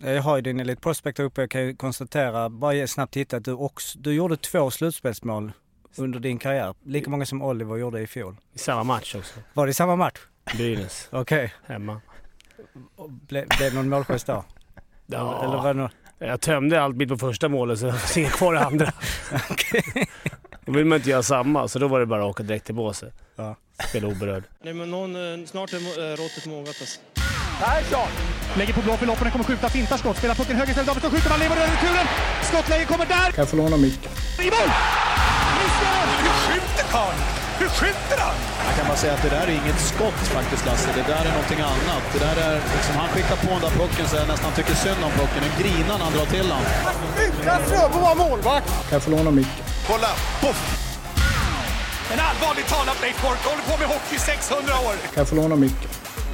Jag har ju din Elite Prospect uppe. Jag kan ju konstatera, bara snabbt hitta att du gjorde 2 slutspelsmål under din karriär. Lika många som Oliver gjorde i fjol. I samma match också. Var det i samma match? Brynäs. Okej. Hemma. Blev det någon målgest då? Ja. Eller var det något? Jag tömde allt mitt på första målet så jag var inget kvar i andra. Okej. Då vill man inte göra samma, så då var det bara att åka direkt till båset. Ja. Spela oberörd. Nej, men snart är råttet mogat alltså. Persson! Lägger på blå för loppen, kommer skjuta, fintar skott. Spelar pucken höger istället, Davidsson skjuter, man lever över returen. Skottläge kommer där! Kan jag få låna micken? I mål! Missar! Hur skjuter karln? Hur skjuter han? Jag kan bara säga att det där är inget skott faktiskt, Lasse. Det där är någonting annat. Det där är liksom, han skickar på den där pucken så jag nästan tycker synd om pucken. En grinan han drar till han. Utan Fröbo var målvakt! Kan jag få låna micken? Kolla! Poff! En allvarligt talad Blake Bork håller på med hockey 600 år! Kan jag få låna micken?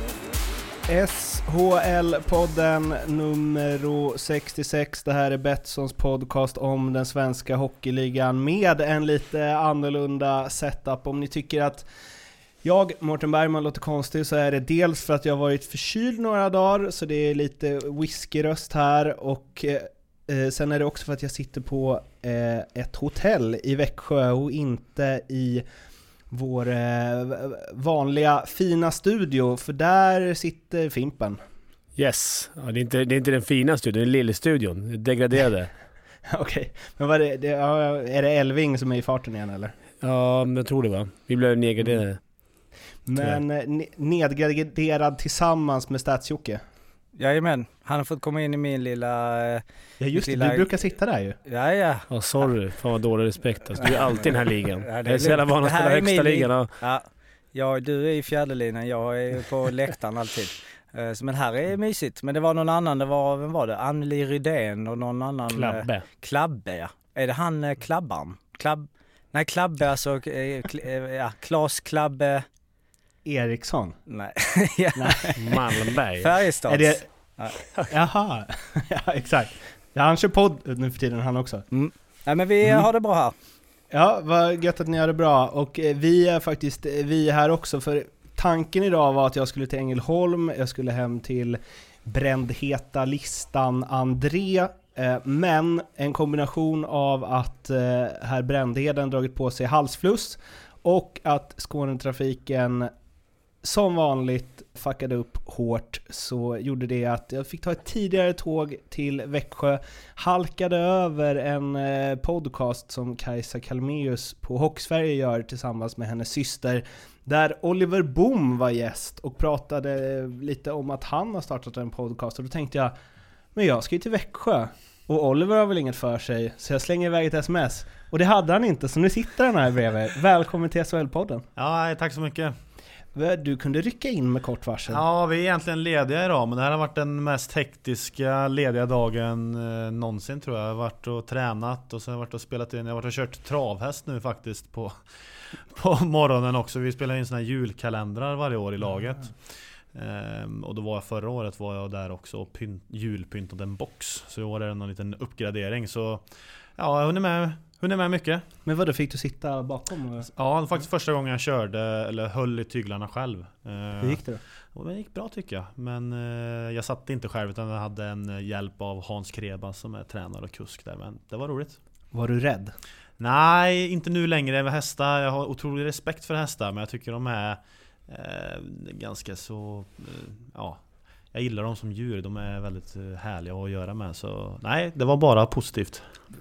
SHL-podden nummer 66. Det här är Betssons podcast om den svenska hockeyligan med en lite annorlunda setup. Om ni tycker att jag, Mårten Bergman, låter konstig så är det dels för att jag har varit förkyld några dagar, så det är lite whiskyröst här, och sen är det också för att jag sitter på ett hotell i Växjö och inte i vår vanliga fina studio, för där sitter Fimpen. Yes, ja, det är inte den fina studion, det är den lilla studion. Det degraderade. Okej, men vad är det Elving som är i farten igen eller? Ja, men jag tror det va. Vi blev nedgraderade. Men nedgraderad tillsammans med Statsjocke. Jajamän, han har fått komma in i min lilla... Ja just det, lilla... du brukar sitta där ju. Ja. Ja, sorry, fan vad dålig respekt. Alltså, du är alltid i den här ligan. Ja, jag är så jävla van att spela högsta ligan. Ja, du är i fjärde linan, jag är på läktaren alltid. Men här är mysigt. Men det var någon annan, vem var det? Anneli Rydén och någon annan... Klabbe, ja. Är det han Klabban? Nej, Klabbe, alltså... Klas Klabbe... Eriksson? Nej. Malmberg. Färjestads. Är det... Jaha, ja exakt. Ja, han kör podd nu för tiden han också. Nej, men vi har det bra här. Ja, vad gött att ni har det bra. Och vi är här också, för tanken idag var att jag skulle till Ängelholm, jag skulle hem till brändheta listan André, men en kombination av att herr Brändheden dragit på sig halsfluss och att Skånetrafiken som vanligt fuckade upp hårt, så gjorde det att jag fick ta ett tidigare tåg till Växjö, halkade över en podcast som Kajsa Kalmeus på Hockey-Sverige gör tillsammans med hennes syster, där Oliver Boom var gäst och pratade lite om att han har startat en podcast, och då tänkte jag, men jag ska ju till Växjö och Oliver har väl inget för sig, så jag slänger iväg ett sms, och det hade han inte, så nu sitter han här bredvid. Välkommen till SHL-podden. Ja, tack så mycket. Du kunde rycka in med kort varsel. Ja, vi är egentligen lediga idag, men det här har varit den mest hektiska lediga dagen någonsin tror jag. Jag har varit och tränat och så har jag varit och spelat in. Jag har varit och kört travhäst nu faktiskt på morgonen också. Vi spelar in såna här julkalendrar varje år i laget. Och då var jag förra året var jag där också och julpyntade en box. Så i år är det en liten uppgradering. Så ja, jag hunnit med mycket. Men vadå, fick du sitta bakom? Ja, det var faktiskt första gången jag körde eller höll i tyglarna själv. Hur gick det då? Och det gick bra tycker jag. Men jag satt inte själv, utan jag hade en hjälp av Hans Kreba som är tränare och kusk där. Men det var roligt. Var du rädd? Nej, inte nu längre med hästar. Jag har otrolig respekt för hästar, men jag tycker de är ganska så... ja, jag gillar dem som djur. De är väldigt härliga att göra med. Så nej, det var bara positivt.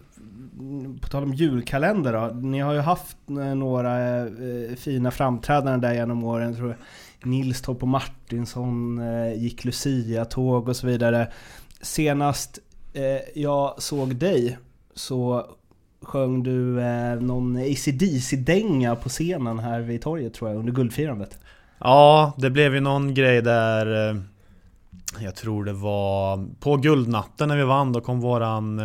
På tal om julkalender då, ni har ju haft några fina framträdanden där genom åren, jag tror Nils Torp och Martinsson gick Lucia-tåg och så vidare. Senast jag såg dig så sjöng du någon AC/DC-dänga på scenen här vid torget tror jag, under guldfirandet. Ja, det blev ju någon grej där, jag tror det var på guldnatten när vi vann, då kom våran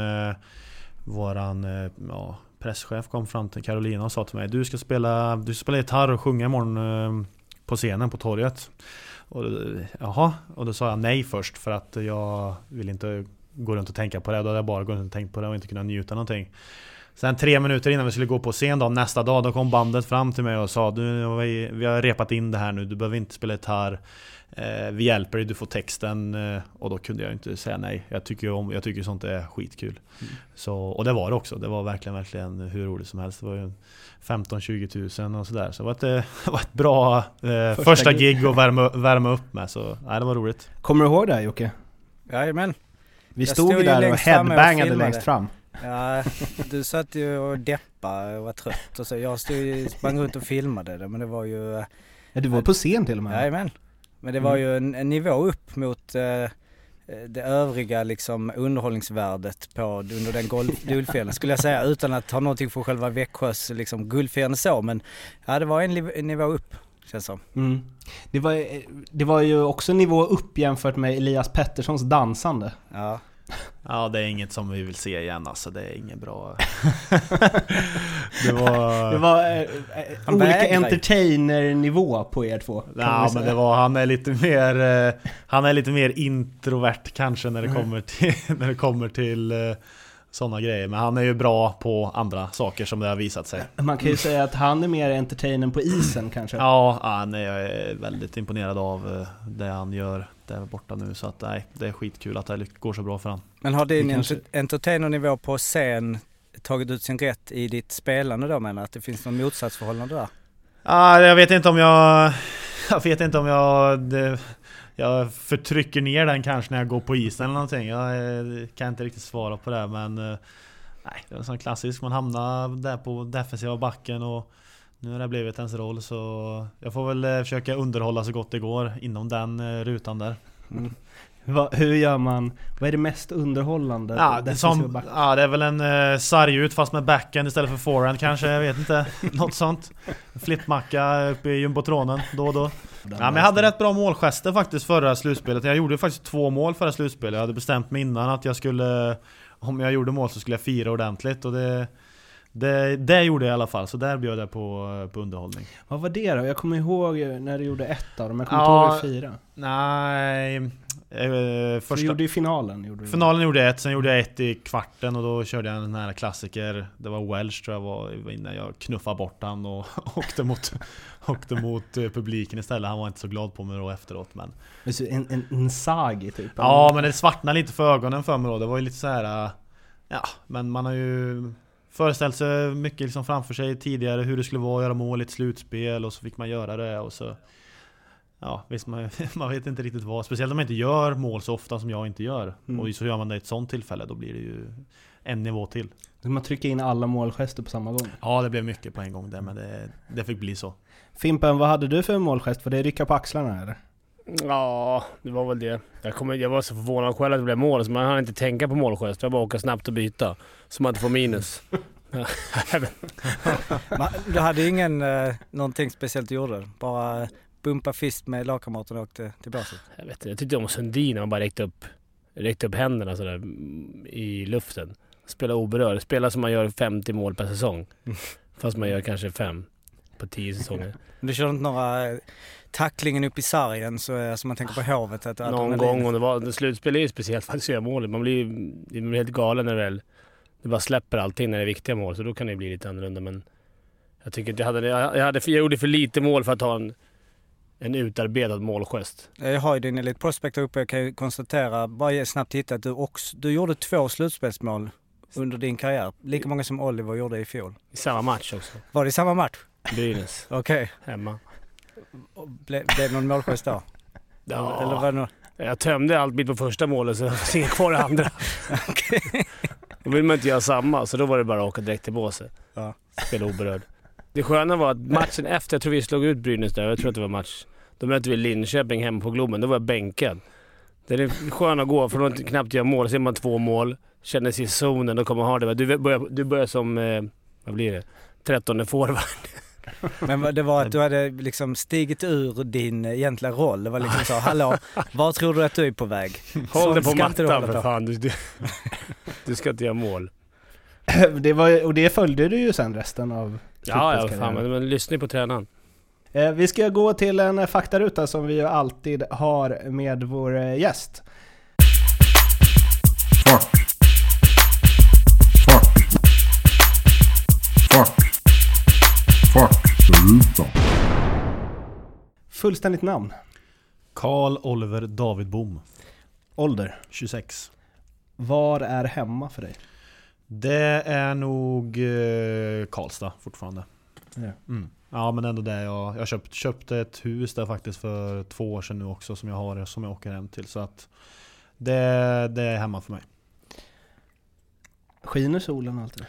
presschef kom fram till Carolina och sa till mig, du ska spela gitarr och sjunga imorgon på scenen på torget. Och då sa jag nej först, för att jag vill inte gå runt och tänka på det. Då hade jag bara gått runt och tänkt på det och inte kunna njuta någonting. Sen 3 minuter innan vi skulle gå på scen då, nästa dag, då kom bandet fram till mig och sa vi har repat in det här nu, du behöver inte spela gitarr, vi hjälper dig, du får texten. Och då kunde jag inte säga nej. Jag tycker sånt är skitkul. Så, och det var det också, det var verkligen hur roligt som helst. Det var ju 15-20 000 och sådär. Så det var ett bra första gig att värma upp med. Så nej, det var roligt. Kommer du ihåg det, Jocke? Jajamän. Vi stod ju där och headbangade längst fram. Ja, du satt ju och deppade och var trött och så. Jag sprang runt och filmade det, men det var ju... Ja, du var på scen till och med. Jajamän. Men det var ju en nivå upp mot det övriga liksom underhållningsvärdet under den guldfjällen, skulle jag säga, utan att ha någonting för själva Växjös liksom guldfjällen så, men ja, det var en nivå upp, känns som. Det var ju också en nivå upp jämfört med Elias Petterssons dansande. Ja, det är inget som vi vill se igen, alltså. Det är ingen bra... det var olika entertainer-nivå på er två. Ja, men han är lite mer introvert kanske när det kommer till sådana grejer. Men han är ju bra på andra saker som det har visat sig. Man kan ju säga att han är mer entertainer på isen kanske. Ja, jag är väldigt imponerad av det han gör där borta nu. Så att nej, det är skitkul att det går så bra för han. Men har din entertainer-nivå på scen tagit ut sin rätt i ditt spelande då, menar att det finns någon motsatsförhållande där? Jag vet inte om jag förtrycker ner den kanske när jag går på isen eller någonting. Jag kan inte riktigt svara på det, men nej, det är en sån klassisk. Man hamnar där på defensiva backen och nu har det blivit ens roll, så jag får väl försöka underhålla så gott det går inom den rutan där. Hur gör man? Vad är det mest underhållande? Det är väl en sargut fast med backen istället för forehand kanske, jag vet inte. Något sånt. Flippmacka uppe i jumbotronen då och då. Men jag hade rätt bra målgester faktiskt förra slutspelet. Jag gjorde faktiskt 2 mål förra slutspelet. Jag hade bestämt mig innan att om jag gjorde mål så skulle jag fira ordentligt, och det gjorde jag i alla fall. Så där bjöd jag på underhållning. Vad var det då? Jag kommer ihåg när du gjorde 1 av dem. Jag kommer inte ihåg 4. Nej... Du gjorde ju finalen. Finalen gjorde jag 1, sen gjorde jag 1 i kvarten, och då körde jag en här klassiker. Det var Welsh tror jag var innan jag knuffade bort han och åkte mot publiken istället. Han var inte så glad på mig då efteråt, men en sagi typ. Ja, men det svartnade lite för ögonen för mig då. Det var ju lite så här, men man har ju föreställt sig mycket liksom framför sig tidigare hur det skulle vara att göra mål i ett slutspel, och så fick man göra det, och så visst, man vet inte riktigt vad. Speciellt om man inte gör mål så ofta som jag inte gör. Och så gör man det i ett sånt tillfälle, då blir det ju en nivå till. Man trycker in alla målgester på samma gång. Ja, det blev mycket på en gång där, men det fick bli så. Fimpen, vad hade du för målgest? Var det rycka på axlarna eller? Ja, det var väl det. Jag var så förvånad själv att det blev mål, så man hann inte tänka på målgest. Jag bara åka snabbt och byta, så man inte får minus. Du hade ingen någonting speciellt du gjorde? Bara bumpa fist med lagkamraten och åkte till basen? Jag tyckte om Sundin när man bara räckte upp händerna sådär i luften. Spela oberörd. Spela som man gör 50 mål per säsong. Fast man gör kanske 5 på 10 säsonger. Du körde inte några tacklingen upp i sargen så man tänker på hovet? Att någon gång, och det slutspel är ju speciellt för att se målet. Man blir helt galen när det bara släpper allting när det är viktiga mål. Så då kan det bli lite annorlunda. Men jag tycker inte jag gjorde för lite mål för att ha en utarbetad målgest. Jag har ju din Elite Prospect uppe. Jag kan ju konstatera, bara snabbt hitta att du gjorde 2 slutspelsmål under din karriär. Lika många som Oliver gjorde i fjol. I samma match också. Var det i samma match? Brynäs. Okej. Hemma. Blev det någon målgest då? Ja. Eller var det jag tömde allt mitt på första målet, så jag var inget kvar i andra. Okej. Då vill man inte göra samma, så då var det bara att åka direkt till båset. Ja. Spela oberörd. Det sköna var att matchen efter, jag tror vi slog ut Brynäs där, jag tror att det var match. Då mötte vi Linköping hemma på Globen, då var jag bänkad. Det är skönt att gå, för att knappt göra mål, ser man 2 mål, känner sig i zonen, då kommer man ha det. Du börjar som, vad blir det? 13:e forward. Men det var att du hade liksom stigit ur din egentliga roll. Det var liksom så, hallå, var tror du att du är på väg? Håll dig på mattan för fan, du ska inte göra mål. Och det följde du ju sen resten av fan, men lyssna på tränaren. Vi ska gå till en faktaruta som vi ju alltid har med vår gäst. fullständigt namn? Carl Oliver David Bom. Ålder? 26. Var är hemma för dig? Det är nog Karlstad fortfarande. Ja, men ändå det. Jag köpte ett hus där faktiskt för 2 år sedan nu också som jag åker hem till. Så att det är hemma för mig. Skiner solen alltid?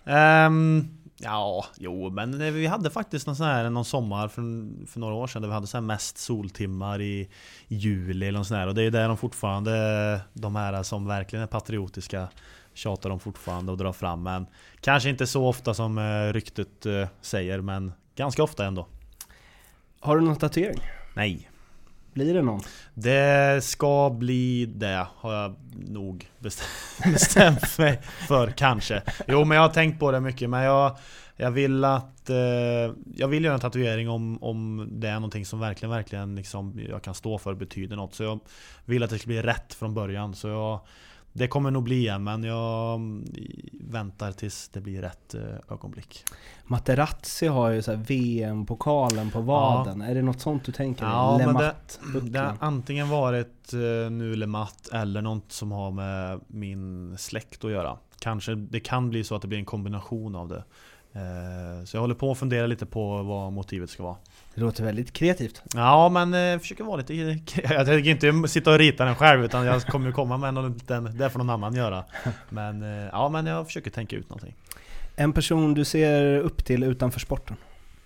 Men vi hade faktiskt någon sommar för några år sedan där vi hade så här mest soltimmar i juli eller något sånt där. Och det är där de fortfarande, de här som verkligen är patriotiska, tjatar de fortfarande och drar fram. Men kanske inte så ofta som ryktet säger, men ganska ofta ändå. Har du någon tatuering? Nej. Blir det någon? Det ska bli det, har jag nog bestämt mig för kanske. Jo, men jag har tänkt på det mycket. Men jag vill göra en tatuering om det är någonting som verkligen liksom jag kan stå för, betyder något. Så jag vill att det ska bli rätt från början. Så det kommer nog bli en, men jag väntar tills det blir rätt ögonblick. Materazzi har ju så här VM-pokalen på vaden. Ja. Är det något sånt du tänker? Ja, men det har antingen varit nu Le Mat eller något som har med min släkt att göra. Kanske det kan bli så att det blir en kombination av det. Så jag håller på att fundera lite på vad motivet ska vara. Det låter väldigt kreativt. Ja, men försöker vara lite. Jag tänker inte sitta och rita den själv, utan jag kommer komma med det får någon annan göra. Men men jag försöker tänka ut någonting. En person du ser upp till utanför sporten?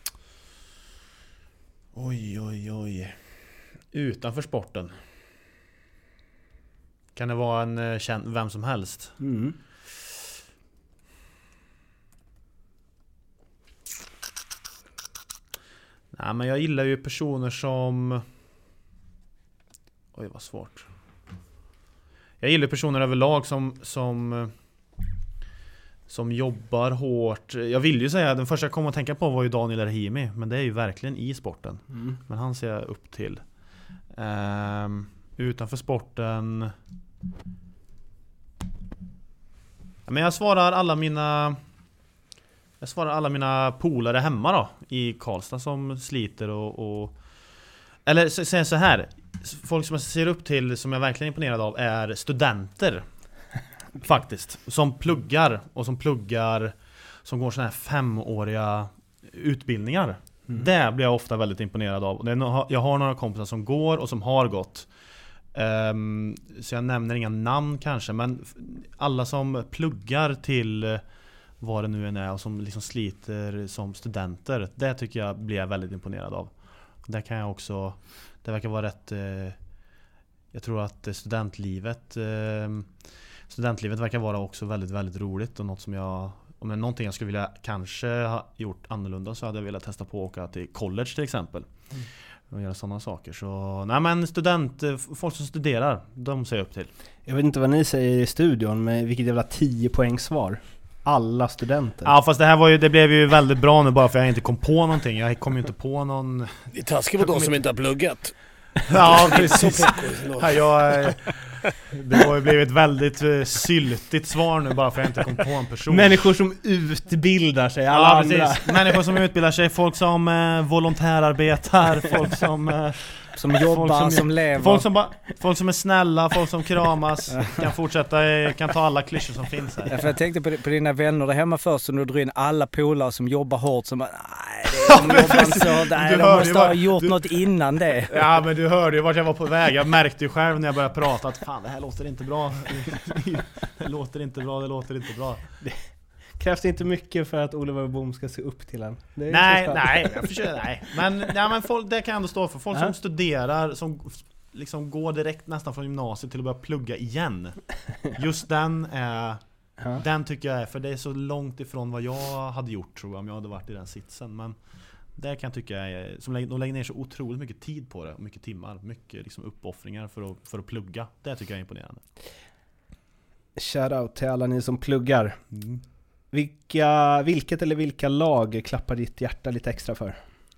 Oj. Utanför sporten. Kan det vara vem som helst? Mm. Nej, men jag gillar ju personer som... Oj, vad svårt. Jag gillar personer överlag som jobbar hårt. Jag vill ju säga, den första jag kom att tänka på var ju Daniel Rahimi, men det är ju verkligen i sporten. Men han ser jag upp till. Utanför sporten... Men jag svarar alla mina polare hemma då i Karlstad som sliter eller säger så här, folk som jag ser upp till som jag verkligen är imponerad av är studenter faktiskt, som pluggar som går såna här 5-åriga utbildningar. Det blir jag ofta väldigt imponerad av. Jag har några kompisar som går och som har gått. Så jag nämner inga namn kanske, men alla som pluggar till vad det nu än är och som liksom sliter som studenter, det tycker jag blir jag väldigt imponerad av. Det kan jag också, det verkar vara rätt, jag tror att studentlivet verkar vara också väldigt, väldigt roligt och något som om det är någonting jag skulle vilja kanske ha gjort annorlunda, så hade jag velat testa på att åka till college till exempel och göra sådana saker. Så nej, men folk som studerar, de ser jag upp till. Jag vet inte vad ni säger i studion, men vilket jävla 10 poäng svar. Alla studenter. Ja, fast det blev ju väldigt bra nu bara för jag inte kom på någonting. Jag kom ju inte på någon... Det är taskigt på de som inte har pluggat. Ja, precis. Det har ju blivit ett väldigt syltigt svar nu bara för att jag inte kom på en person. Människor som utbildar sig, alla andra. Precis. Människor som utbildar sig, folk som volontärarbetar, folk som jobbar, som lever. Folk som är snälla, folk som kramas. Kan ta alla klyschor som finns här. Ja, för jag tänkte på dina vänner där hemma först, så nu drar in alla polare som jobbar hårt som bara, de måste ha gjort något innan det. Ja, men du hörde ju vart jag var på väg. Jag märkte ju själv när jag började prata att fan, det här låter inte bra. Det låter inte bra. Krävs det inte mycket för att Oliver Bom ska se upp till en? Nej, jag försöker, nej. Men folk, det kan jag ändå stå för. Folk som studerar, som liksom går direkt nästan från gymnasiet till att börja plugga igen. Just den tycker jag är, för det är så långt ifrån vad jag hade gjort, tror jag, om jag hade varit i den sitsen. Men det kan jag tycka är, de lägger ner så otroligt mycket tid på det, och mycket timmar, mycket liksom uppoffringar för att plugga. Det tycker jag är imponerande. Shoutout till alla ni som pluggar. Vilket eller vilka lag klappar ditt hjärta lite extra för?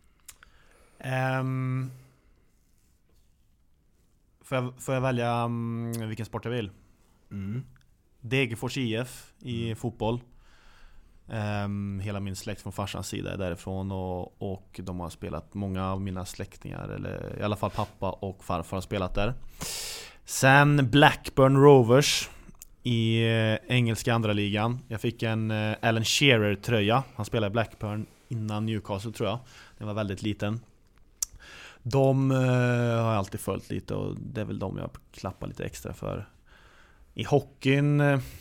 Får jag välja vilken sport jag vill? Degerfors IF i fotboll. Hela min släkt från farsans sida är därifrån och de har spelat, många av mina släktingar, eller i alla fall pappa och farfar har spelat där. Sen Blackburn Rovers i engelska andra ligan. Jag fick en Alan Shearer-tröja. Han spelade i Blackburn innan Newcastle, tror jag. Den var väldigt liten. De har jag alltid följt lite, och det är väl de jag klappar lite extra för. I hockeyn,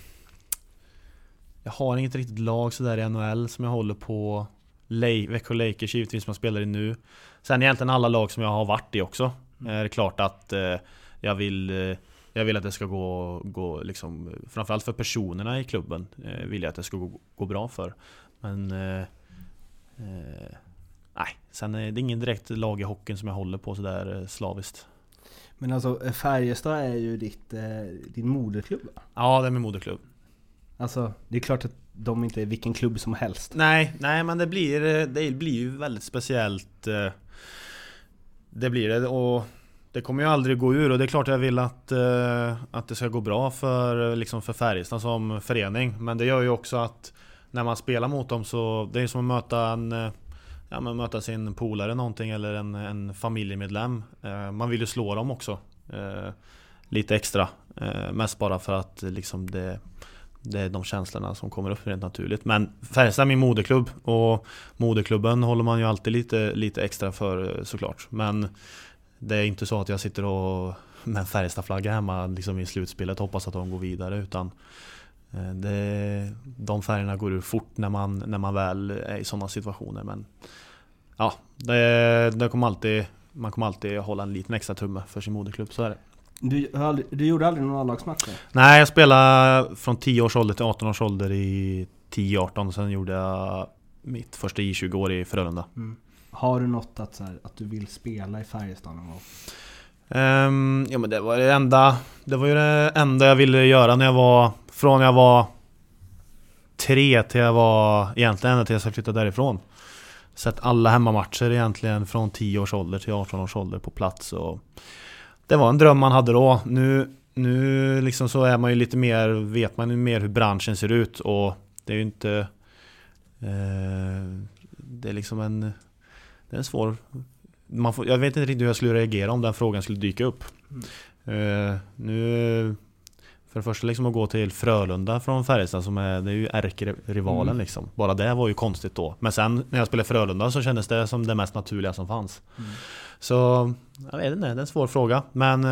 jag har inget riktigt lag så där i NHL som jag håller på. Växjö Lakers givetvis, som jag spelar i nu. Sen egentligen alla lag som jag har varit i också. Det är klart att jag vill att det ska gå liksom, framförallt för personerna i klubben vill jag att det ska gå bra för. Men nej, sen är det ingen direkt lag i hockeyn som jag håller på så där slaviskt. Men alltså Färjestad är ju din moderklubb. Ja, det är min moderklubb. Alltså, det är klart att de inte är vilken klubb som helst. Nej, men det blir ju väldigt speciellt. Det blir det, och det kommer ju aldrig gå ur, och det är klart jag vill att det ska gå bra för Färjestad som förening. Men det gör ju också att när man spelar mot dem, så det är som att möta sin polare någonting, eller en familjemedlem. Man vill ju slå dem också lite extra, mest bara för att liksom det är de känslorna som kommer upp rent naturligt. Men Färjestad är min moderklubb, och moderklubben håller man ju alltid lite extra för, såklart. Men det är inte så att jag sitter och med en Färjestad-flagga hemma liksom i slutspelet och hoppas att de går vidare, utan de färgerna går ur fort när man väl är i sådana situationer. Men ja, det man kommer alltid hålla en liten extra tumme för sin moderklubb, så är det. Du gjorde aldrig någon A-lagsmatcher? Nej, jag spelade från 10 års ålder till 18 års ålder i 10-18. Sen gjorde jag mitt första I20-år i Frölunda. Har du något att du vill spela i Färjestad någon gång? Ja, men det var det enda jag ville göra när jag var, från jag var 3 till jag var egentligen ända till jag flyttade därifrån. Sett alla hemmamatcher egentligen från 10 års ålder till 18 års ålder på plats, och det var en dröm man hade då. Nu liksom så är man ju lite mer, vet man ju mer hur branschen ser ut, och det är ju inte det är liksom det är en svår, jag vet inte riktigt hur jag skulle reagera om den frågan skulle dyka upp. Nu för det första liksom att gå till Frölunda från Färjestad, det är ju ärkerivalen liksom. Bara det var ju konstigt då. Men sen när jag spelade Frölunda så kändes det som det mest naturliga som fanns. Så jag vet inte, det är en svår fråga. Men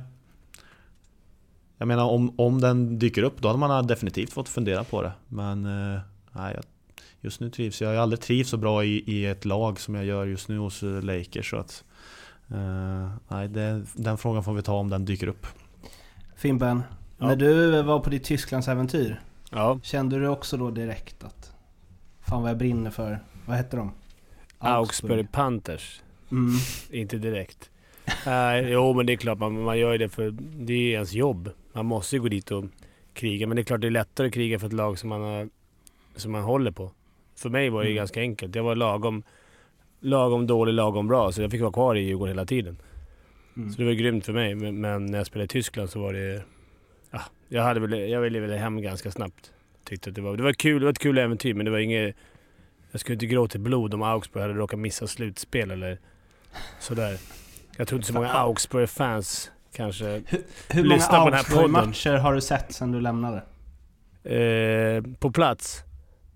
jag menar, om den dyker upp, då hade man definitivt fått fundera på det. Men nej, just nu trivs jag. Jag har aldrig trivs så bra i ett lag som jag gör just nu hos Lakers. Så att nej, den frågan får vi ta om den dyker upp. Fimpen, när du var på ditt Tysklandsäventyr, kände du också då direkt att fan vad jag brinner för, vad heter de? Augsburg Panthers. Inte direkt. Jo, men det är klart man gör det, för det är ens jobb. Man måste ju gå dit och kriga, men det är klart det är lättare att kriga för ett lag som man håller på. För mig var det ganska enkelt. Jag var lagom dålig, lagom bra, så jag fick vara kvar i Djurgården hela tiden. Så det var grymt för mig, men när jag spelade i Tyskland så var det jag ville väl hem ganska snabbt. Tyckte att det var kul, det var ett kul äventyr, men det var inget, jag skulle inte gråta i blod om Augsburg hade råkat missa slutspel eller sådär. Jag tror inte så många Augsburg-fans kanske hur lyssnar på den här podden. Hur många matcher har du sett sedan du lämnade? På plats?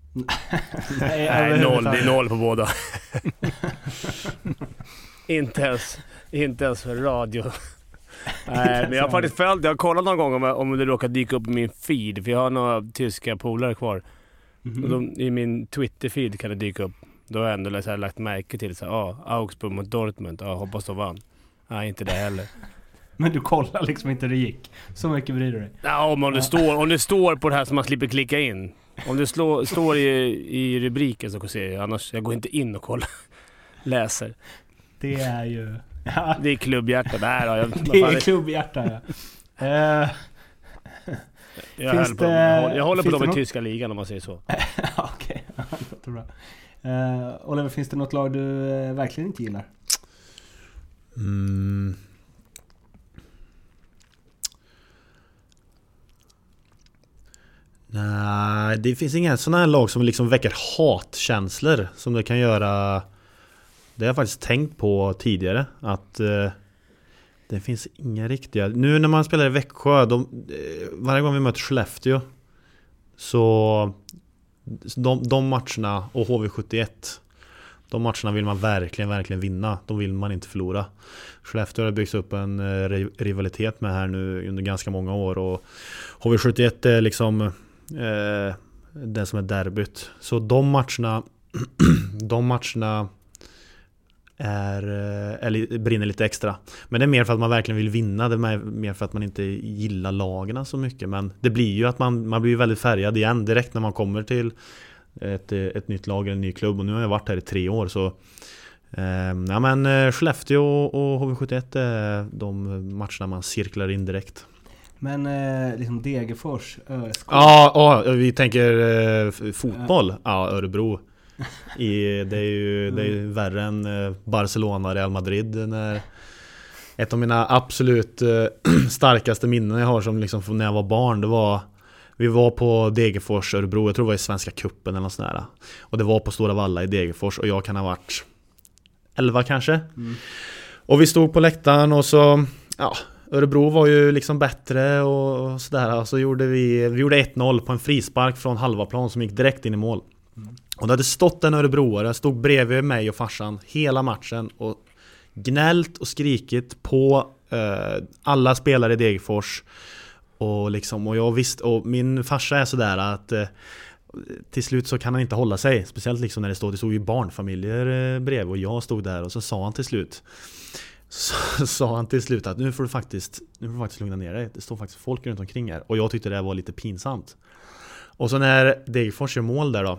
Nej, noll. Det är 0 på båda. Inte ens för radio. Nej, men jag har faktiskt följt, jag har kollat någon gång om det råkar dyka upp i min feed, för jag har några tyska polare kvar. Och i min Twitter-feed kan det dyka upp. Då har jag ändå lagt märke till Augsburg mot Dortmund. Hoppas de vann. Nej, inte det heller. Men du kollar liksom inte hur det gick. Så mycket bryr du dig. Ja, om det står på det här som man slipper klicka in. Om det står i rubriken så kan jag se. Annars jag går inte in och kollar. Läser. Det är ju... Ja. Det är klubbhjärta där. Det är klubbhjärta, ja. Jag håller på dem i tyska ligan, om man säger så. Okej, det låter bra. Oliver, finns det något lag du verkligen inte gillar? Nej, Nej, det finns inga sådana här lag som liksom väcker hatkänslor som det kan göra. Det har jag faktiskt tänkt på tidigare, att det finns inga riktiga. Nu när man spelar i Växjö, varje gång vi möter Skellefteå, så de matcherna och HV71, de matcherna vill man verkligen vinna. De vill man inte förlora. Skellefteå har byggts upp en rivalitet med här nu under ganska många år, och HV71 är liksom det som är derbyt. Så de matcherna brinner lite extra. Men det är mer för att man verkligen vill vinna. Det är mer för att man inte gillar lagarna så mycket. Men det blir ju att man blir väldigt färgad igen direkt när man kommer till ett nytt lag eller en ny klubb. Och nu har jag varit här i 3 år, så Skellefteå och HV71 är de matcherna man cirklar in direkt. Men liksom Degerfors, ÖSK. Ja, vi tänker fotboll. Ja, Örebro. Det är ju värre än Barcelona, Real Madrid. Ett av mina absolut starkaste minnen jag har som liksom från när jag var barn, det var, vi var på Degerfors, Örebro, jag tror det var i Svenska cupen eller något sånt där. Och det var på Stora Valla i Degerfors, och jag kan ha varit 11 kanske. Och vi stod på läktaren, och så Örebro var ju liksom bättre och sådär. Så gjorde vi gjorde 1-0 på en frispark från halva plan som gick direkt in i mål. Och det hade stått en örebroare, stod bredvid mig och farsan hela matchen och gnällt och skrikit på alla spelare i Degerfors. Och jag visste, och min farsa är sådär att till slut så kan han inte hålla sig. Speciellt liksom när det stod ju barnfamiljer bredvid, och jag stod där, och så sa han till slut att nu får du faktiskt lugna ner dig. Det står faktiskt folk runt omkring här. Och jag tyckte det var lite pinsamt. Och så när Degerfors gör mål där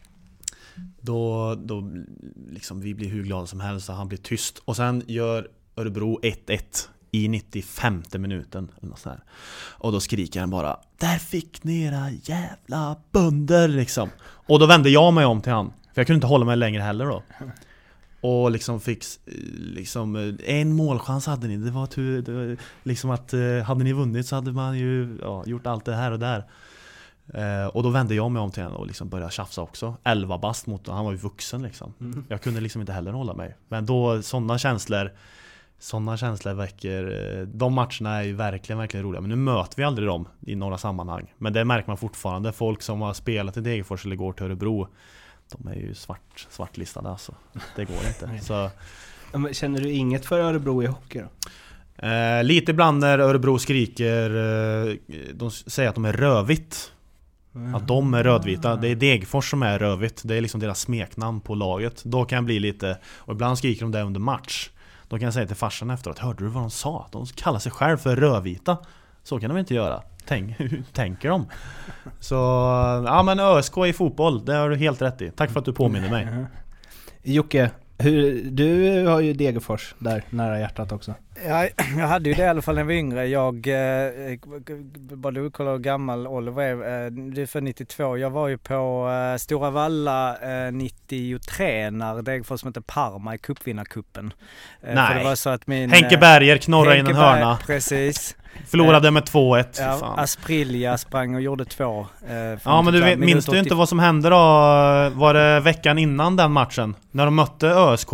då liksom vi blir hur glada som helst, så han blir tyst. Och sen gör Örebro 1-1 i 95:e minuten eller något så här. Och då skriker han bara: där fick ni era jävla bönder liksom. Och då vände jag mig om till han, för jag kunde inte hålla mig längre heller då. Och liksom fick en målchans hade ni. Det var tur liksom att hade ni vunnit så hade man ju gjort allt det här och där. Och då vände jag mig om till henne och liksom började tjafsa också. 11 bast mot, han var ju vuxen liksom. Jag kunde liksom inte heller hålla mig. Men då sådana känslor väcker. De matcherna är ju verkligen roliga. Men nu möter vi aldrig dem i några sammanhang. Men det märker man fortfarande. Folk som har spelat i Degerfors eller går till Örebro, de är ju svartlistade alltså. Det går inte. Så. Känner du inget för Örebro i hockey då? Lite ibland när Örebro skriker, de säger att de är rödvitt. Att de är rödvita. Det är Degerfors som är rödvitt. Det är liksom deras smeknamn på laget. Då kan jag bli lite, och ibland skriker de det under match. Då kan jag säga till farsan efteråt: hörde du vad de sa? De kallar sig själv för rödvita. Så kan de inte göra. Hur tänker de? Så men ÖSK i fotboll, det har du helt rätt i. Tack för att du påminner mig. Jocke, du har ju Degerfors där nära hjärtat också. Jag hade ju det i alla fall när jag var yngre. Jag bara du kollar hur gammal Oliver är. Du är för 92. Jag var ju på Stora Valla 93 när Degerfors mötte Parma i cupvinnarkuppen. Nej. För det var så att Henke Berger knorrade in en hörna. Precis. Förlorade med 2-1. Ja, Asprilla sprang och gjorde 2. Men du minns du inte vad som hände då? Var det veckan innan den matchen? När de mötte ÖSK?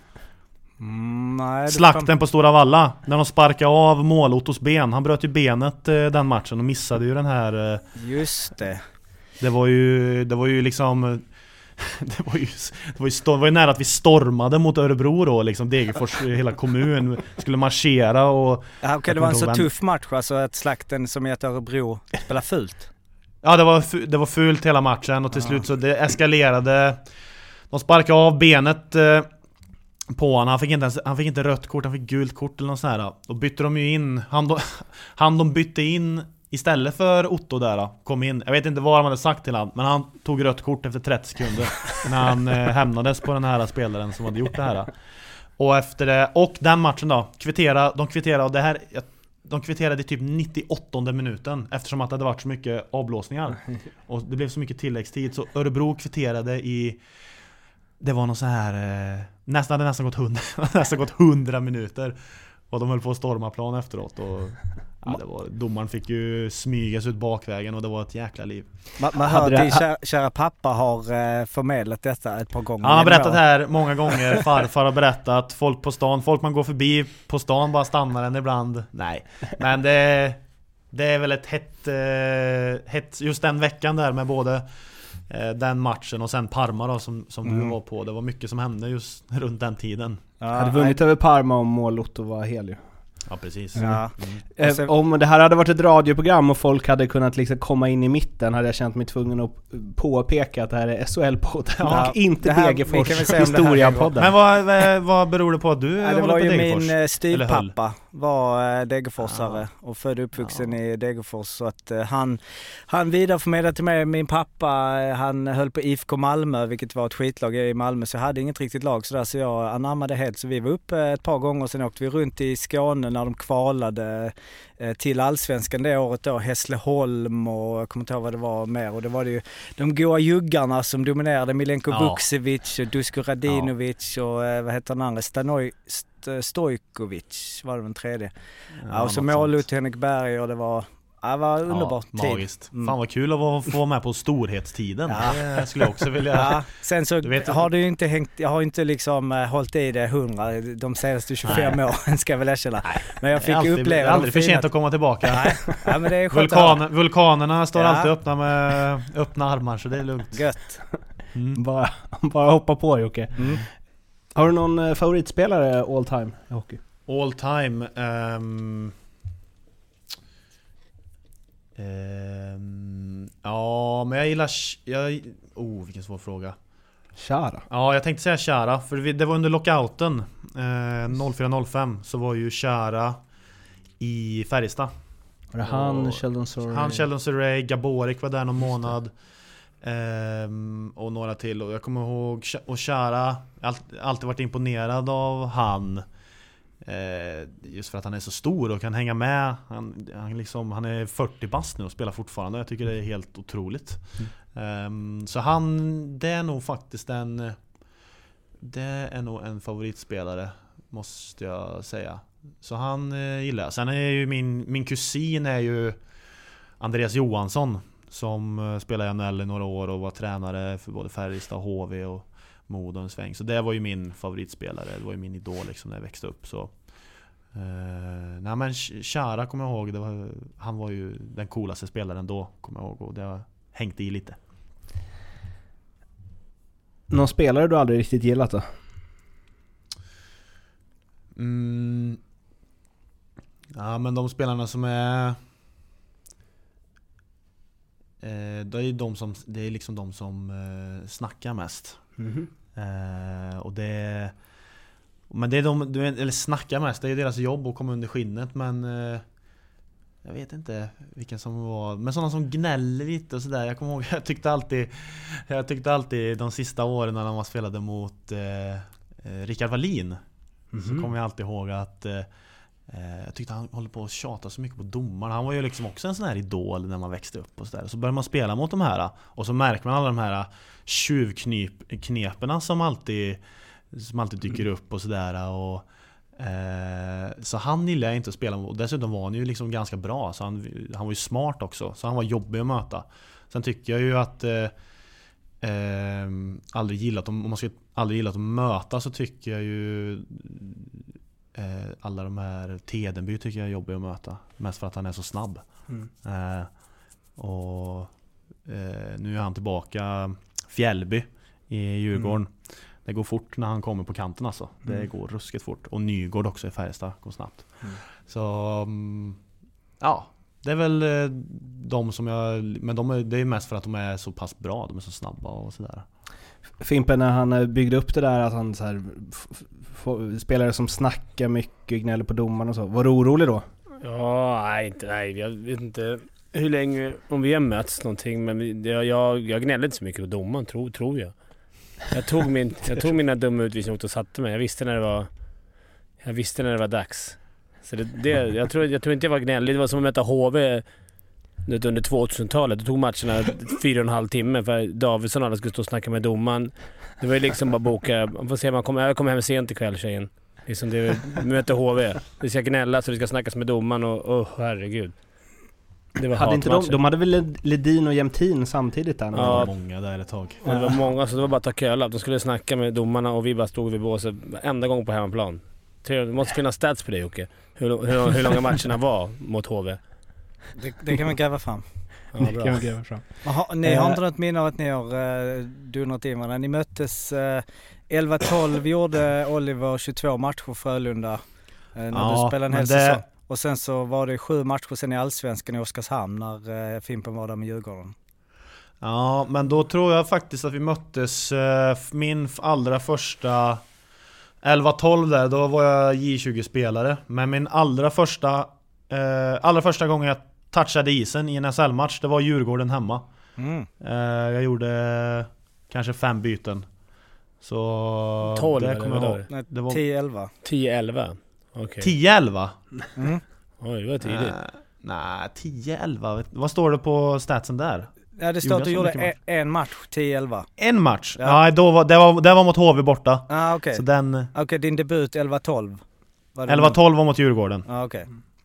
Nej, slakten på Stora Valla. När de sparkade av Mål-Ottos ben. Han bröt ju benet den matchen och missade ju den här. Just det. Det var ju liksom... Det var ju nära att vi stormade mot Örebro då, liksom Degerfors, hela kommun skulle marschera och... Ja, okej, det var en så tuff match, alltså att slakten som heter Örebro spelar fult. Ja, det var fult hela matchen och till slut så det eskalerade. De sparkade av benet på honom. Han fick inte rött kort, han fick gult kort eller något sånt här. Då bytte de ju in, de bytte in istället för Otto där kom in. Jag vet inte vad de hade sagt till han, men han tog rött kort efter 30 sekunder när han hämnades på den här spelaren som hade gjort det här. Och efter det, och den matchen då, de kvitterade och det här, de kvitterade i typ 98:e minuten eftersom att det hade varit så mycket avblåsningar och det blev så mycket tilläggstid, så Örebro kvitterade det var något så här nästan gått 100 minuter. Och de höll på att storma plan efteråt. Och domaren fick ju smygas ut bakvägen och det var ett jäkla liv. Man hör att din kära pappa har förmedlat detta ett par gånger. Han har berättat här många gånger. Farfar har berättat. Folk på stan, folk man går förbi på stan bara stannar en ibland. Nej, men det är väl ett hett just den veckan där med både den matchen och sen Parma då, som du var på. Det var mycket som hände just runt den tiden. Hade vunnit över Parma om mål-Lotto var hel ju. Ja, precis. Om det här hade varit ett radioprogram och folk hade kunnat liksom komma in i mitten, hade jag känt mig tvungen att påpeka att det här är SHL-podden och inte Degerfors historia-podden. Men vad beror det på att du det var ju min styvpappa var Degerforsare och född uppvuxen i Degerfors, så att han vidareförmedlade till mig. Min pappa, han höll på IFK Malmö, vilket var ett skitlag i Malmö, så jag hade inget riktigt lag så där, så jag anammade helt. Så vi var uppe ett par gånger och sen åkte vi runt i Skåne när de kvalade till Allsvenskan det året då, Hässleholm och jag kommer inte ihåg vad det var mer, och det var det ju de goa juggarna som dominerade, Milenko Vukcevic och Dusko Radinovic och vad heter den andra, Stojkovic var det den tredje. Och så målade Henrik Berg och det var underbart tid. Magiskt. Fan vad kul att få med på storhetstiden. Det skulle jag också vilja. Sen så har du inte hängt, jag har inte liksom hållit i det 100 de senaste 25 åren ska jag väl erkänna. Men jag fick uppleva det. Är aldrig för sent att komma tillbaka. Nej, men det är vulkanerna står alltid öppna med öppna armar, så det är lugnt. Gött. Bara hoppa på, Jocke. Har du någon favoritspelare all time i hockey? All time ja, men jag gillar vilken svår fråga. Chara. Ja, jag tänkte säga Chara, för det var under lockouten 04-05 så var ju Chara i Färjestad. Var det han, Sheldon Surrey? Han, Sheldon Surrey, Gaborik var där någon månad. Och några till. Och jag kommer ihåg, och Chara, alltid varit imponerad av han. Just för att han är så stor och kan hänga med. Han är 40 bast nu och spelar fortfarande. Jag tycker det är helt otroligt. Så det är nog faktiskt en favoritspelare, måste jag säga. Så han gillar jag. Sen är ju min kusin är ju Andreas Johansson, som spelade i NHL i några år och var tränare för både Färjestad, HV och Modo en sväng. Så det var ju min favoritspelare. Det var ju min idol liksom när jag växte upp. Så nej, men Chara kommer jag ihåg. Han var ju den coolaste spelaren då, kommer jag ihåg. Och det har hängt i lite. Någon spelare du aldrig riktigt gillat då? Ja, men de spelarna som är det är liksom de som snackar mest. Och men det är eller snackar mest, det är deras jobb att komma under skinnet, men jag vet inte vilken som var, men sådana som gnäller lite och sådär. Jag kommer ihåg, jag tyckte alltid de sista åren när man spelade mot Rickard Wallin, så kommer jag alltid ihåg att jag tyckte han håller på att tjata så mycket på domaren. Han var ju liksom också en sån här idol när man växte upp och så där. Så börjar man spela mot de här och så märker man alla de här tjuvkneperna som alltid dyker upp och sådär. Och så han gillade jag inte att spela mot. Dessutom var han ju liksom ganska bra, så han var ju smart också. Så han var jobbig att möta. Sen tycker jag ju att om man ska aldrig gillat att möta, så tycker jag ju alla de här Tedenby tycker jag är jobbiga att möta. Mest för att han är så snabb. Nu är han tillbaka Fjällby i Djurgården. Det går fort när han kommer på kanten alltså. Det går ruskigt fort. Och Nygård också i Färjestad går snabbt. Så ja, det är väl de som jag... Men det är mest för att de är så pass bra. De är så snabba och sådär. Fimpen, när han byggde upp det där att han så här spelare som snackar mycket, gnäller på domaren och så. Var du orolig då? Ja, nej, jag vet inte hur länge, om vi har mötts någonting, men jag gnällde inte så mycket på domaren, tror jag. Jag tog mina dumma utvisningar och satte mig. Jag visste när det var dags. Så jag tror inte jag var gnällig. Det var som att möta HV under 2000-talet. Det tog matcherna 4,5 timme för Davidsson alla skulle stå och snacka med domaren. Det var ju liksom bara boka. Man får se, jag kommer hem sent ikväll, tjejen. Det är som det vi möter HV. Det ska gnälla så det ska snackas med domaren och herregud. Det var hade inte de hade väl Ledin och Jämtin samtidigt där? Ja, det var många där ett tag. Ja. Det var många, så det var bara att ta köla. De skulle snacka med domarna och vi bara stod vid båset enda gång på hemmaplan. Det måste finnas stats på det, Jocke. Hur långa matcherna var mot HV. Det kan man gräva fram. Ja, det kan man gräva fram. Ni har inte något minne av att ni har dunat in varandra. Ni möttes 11-12, gjorde Oliver 22 matcher Frölunda när du spelade en hel säsong. Och sen så var det 7 matcher sen i Allsvenskan i Oskarshamn när Fimpen var där med Djurgården. Ja, men då tror jag faktiskt att vi möttes min allra första 11-12 där, då var jag J20-spelare. Men min allra första gången jag touchade isen i en SL-match, det var Djurgården hemma. Jag gjorde kanske 5 byten. Så 12 det kommer jag ihåg. Det var 10-11. 10-11. Okej. 10-11? Oj, det var tidigt. Nej, 10-11. Vad står det på statsen där? Ja, det står att du gjorde en match, 10-11. En match? Ja, det var mot HV borta. Ah, okej. Så den... Okej, din debut 11-12. 11-12 var mot Djurgården. Ah, okej.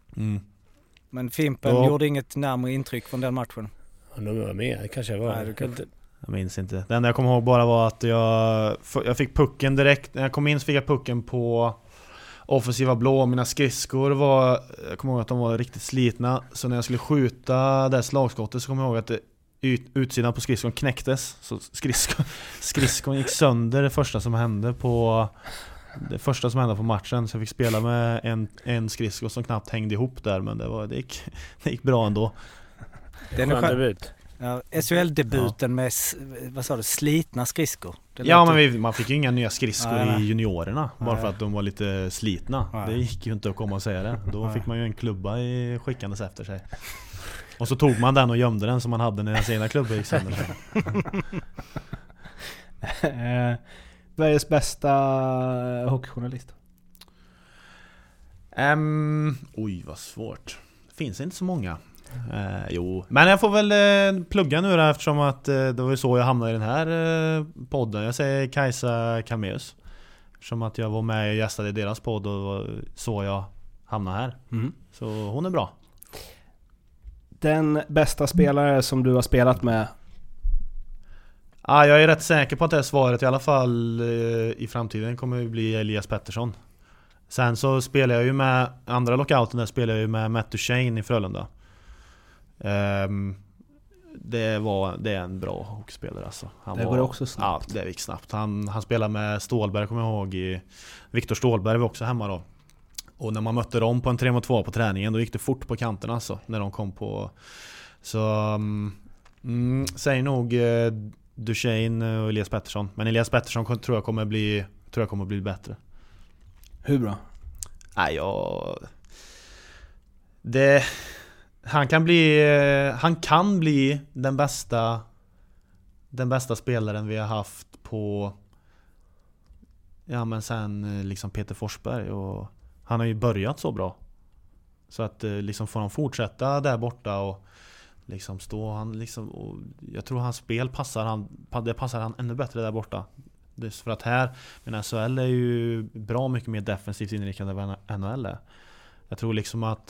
Men Fimpen gjorde inget närmare intryck från den matchen. Ja, nu var jag med. Det kanske jag var. Nej, jag minns inte. Det enda jag kommer ihåg bara var att jag fick pucken direkt. När jag kom in så fick jag pucken på offensiva blå. Mina skridskor var... Jag kommer ihåg att de var riktigt slitna. Så när jag skulle skjuta det slagskottet så kommer jag ihåg att utsidan på skridskon knäcktes. Så skridskon gick sönder det första som hände på matchen. Så jag fick spela med en skridsko som knappt hängde ihop där. Men det gick bra ändå. Det är en skön debut. Ja, SHL-debuten med, vad sa du, slitna skridskor. Ja, men man fick ju inga nya skridskor i juniorerna. Bara för att de var lite slitna. Det gick ju inte att komma och säga det. Då fick man ju en klubba skickandes efter sig. Och så tog man den och gömde den som man hade när den sina klubbar gick sönder. Sveriges bästa hockeyjournalist? Oj, vad svårt. Det finns inte så många. Jo, men jag får väl plugga nu då, eftersom att det var så jag hamnade i den här podden. Jag säger Kajsa Kameus, som att jag var med och gästade i deras podd och så jag hamnade här. Så hon är bra. Den bästa spelare som du har spelat med? Jag är rätt säker på att det är svaret i alla fall i framtiden kommer att bli Elias Pettersson. Sen så spelar jag ju med andra lockouten, där spelar jag ju med Matt Duchene i Frölunda. Det är en bra hockeyspelare alltså. Det går också snabbt. Ja, det gick snabbt. Han spelade med Stålberg, kommer jag ihåg. Viktor Stålberg var också hemma då. Och när man mötte dem på en 3-2 på träningen, då gick det fort på kanterna alltså, när de kom på. Så säg nog Duchene och Elias Pettersson. Men Elias Pettersson tror jag kommer bli bättre. Hur bra? Nej, han kan bli den bästa spelaren vi har haft på, ja men sen liksom Peter Forsberg, och han har ju börjat så bra. Så att liksom får han fortsätta där borta och liksom stå, han liksom, och jag tror hans spel passar han ännu bättre där borta. Det är för att här, men SHL är ju bra mycket mer defensivt inriktad än vad NHL är. Jag tror liksom att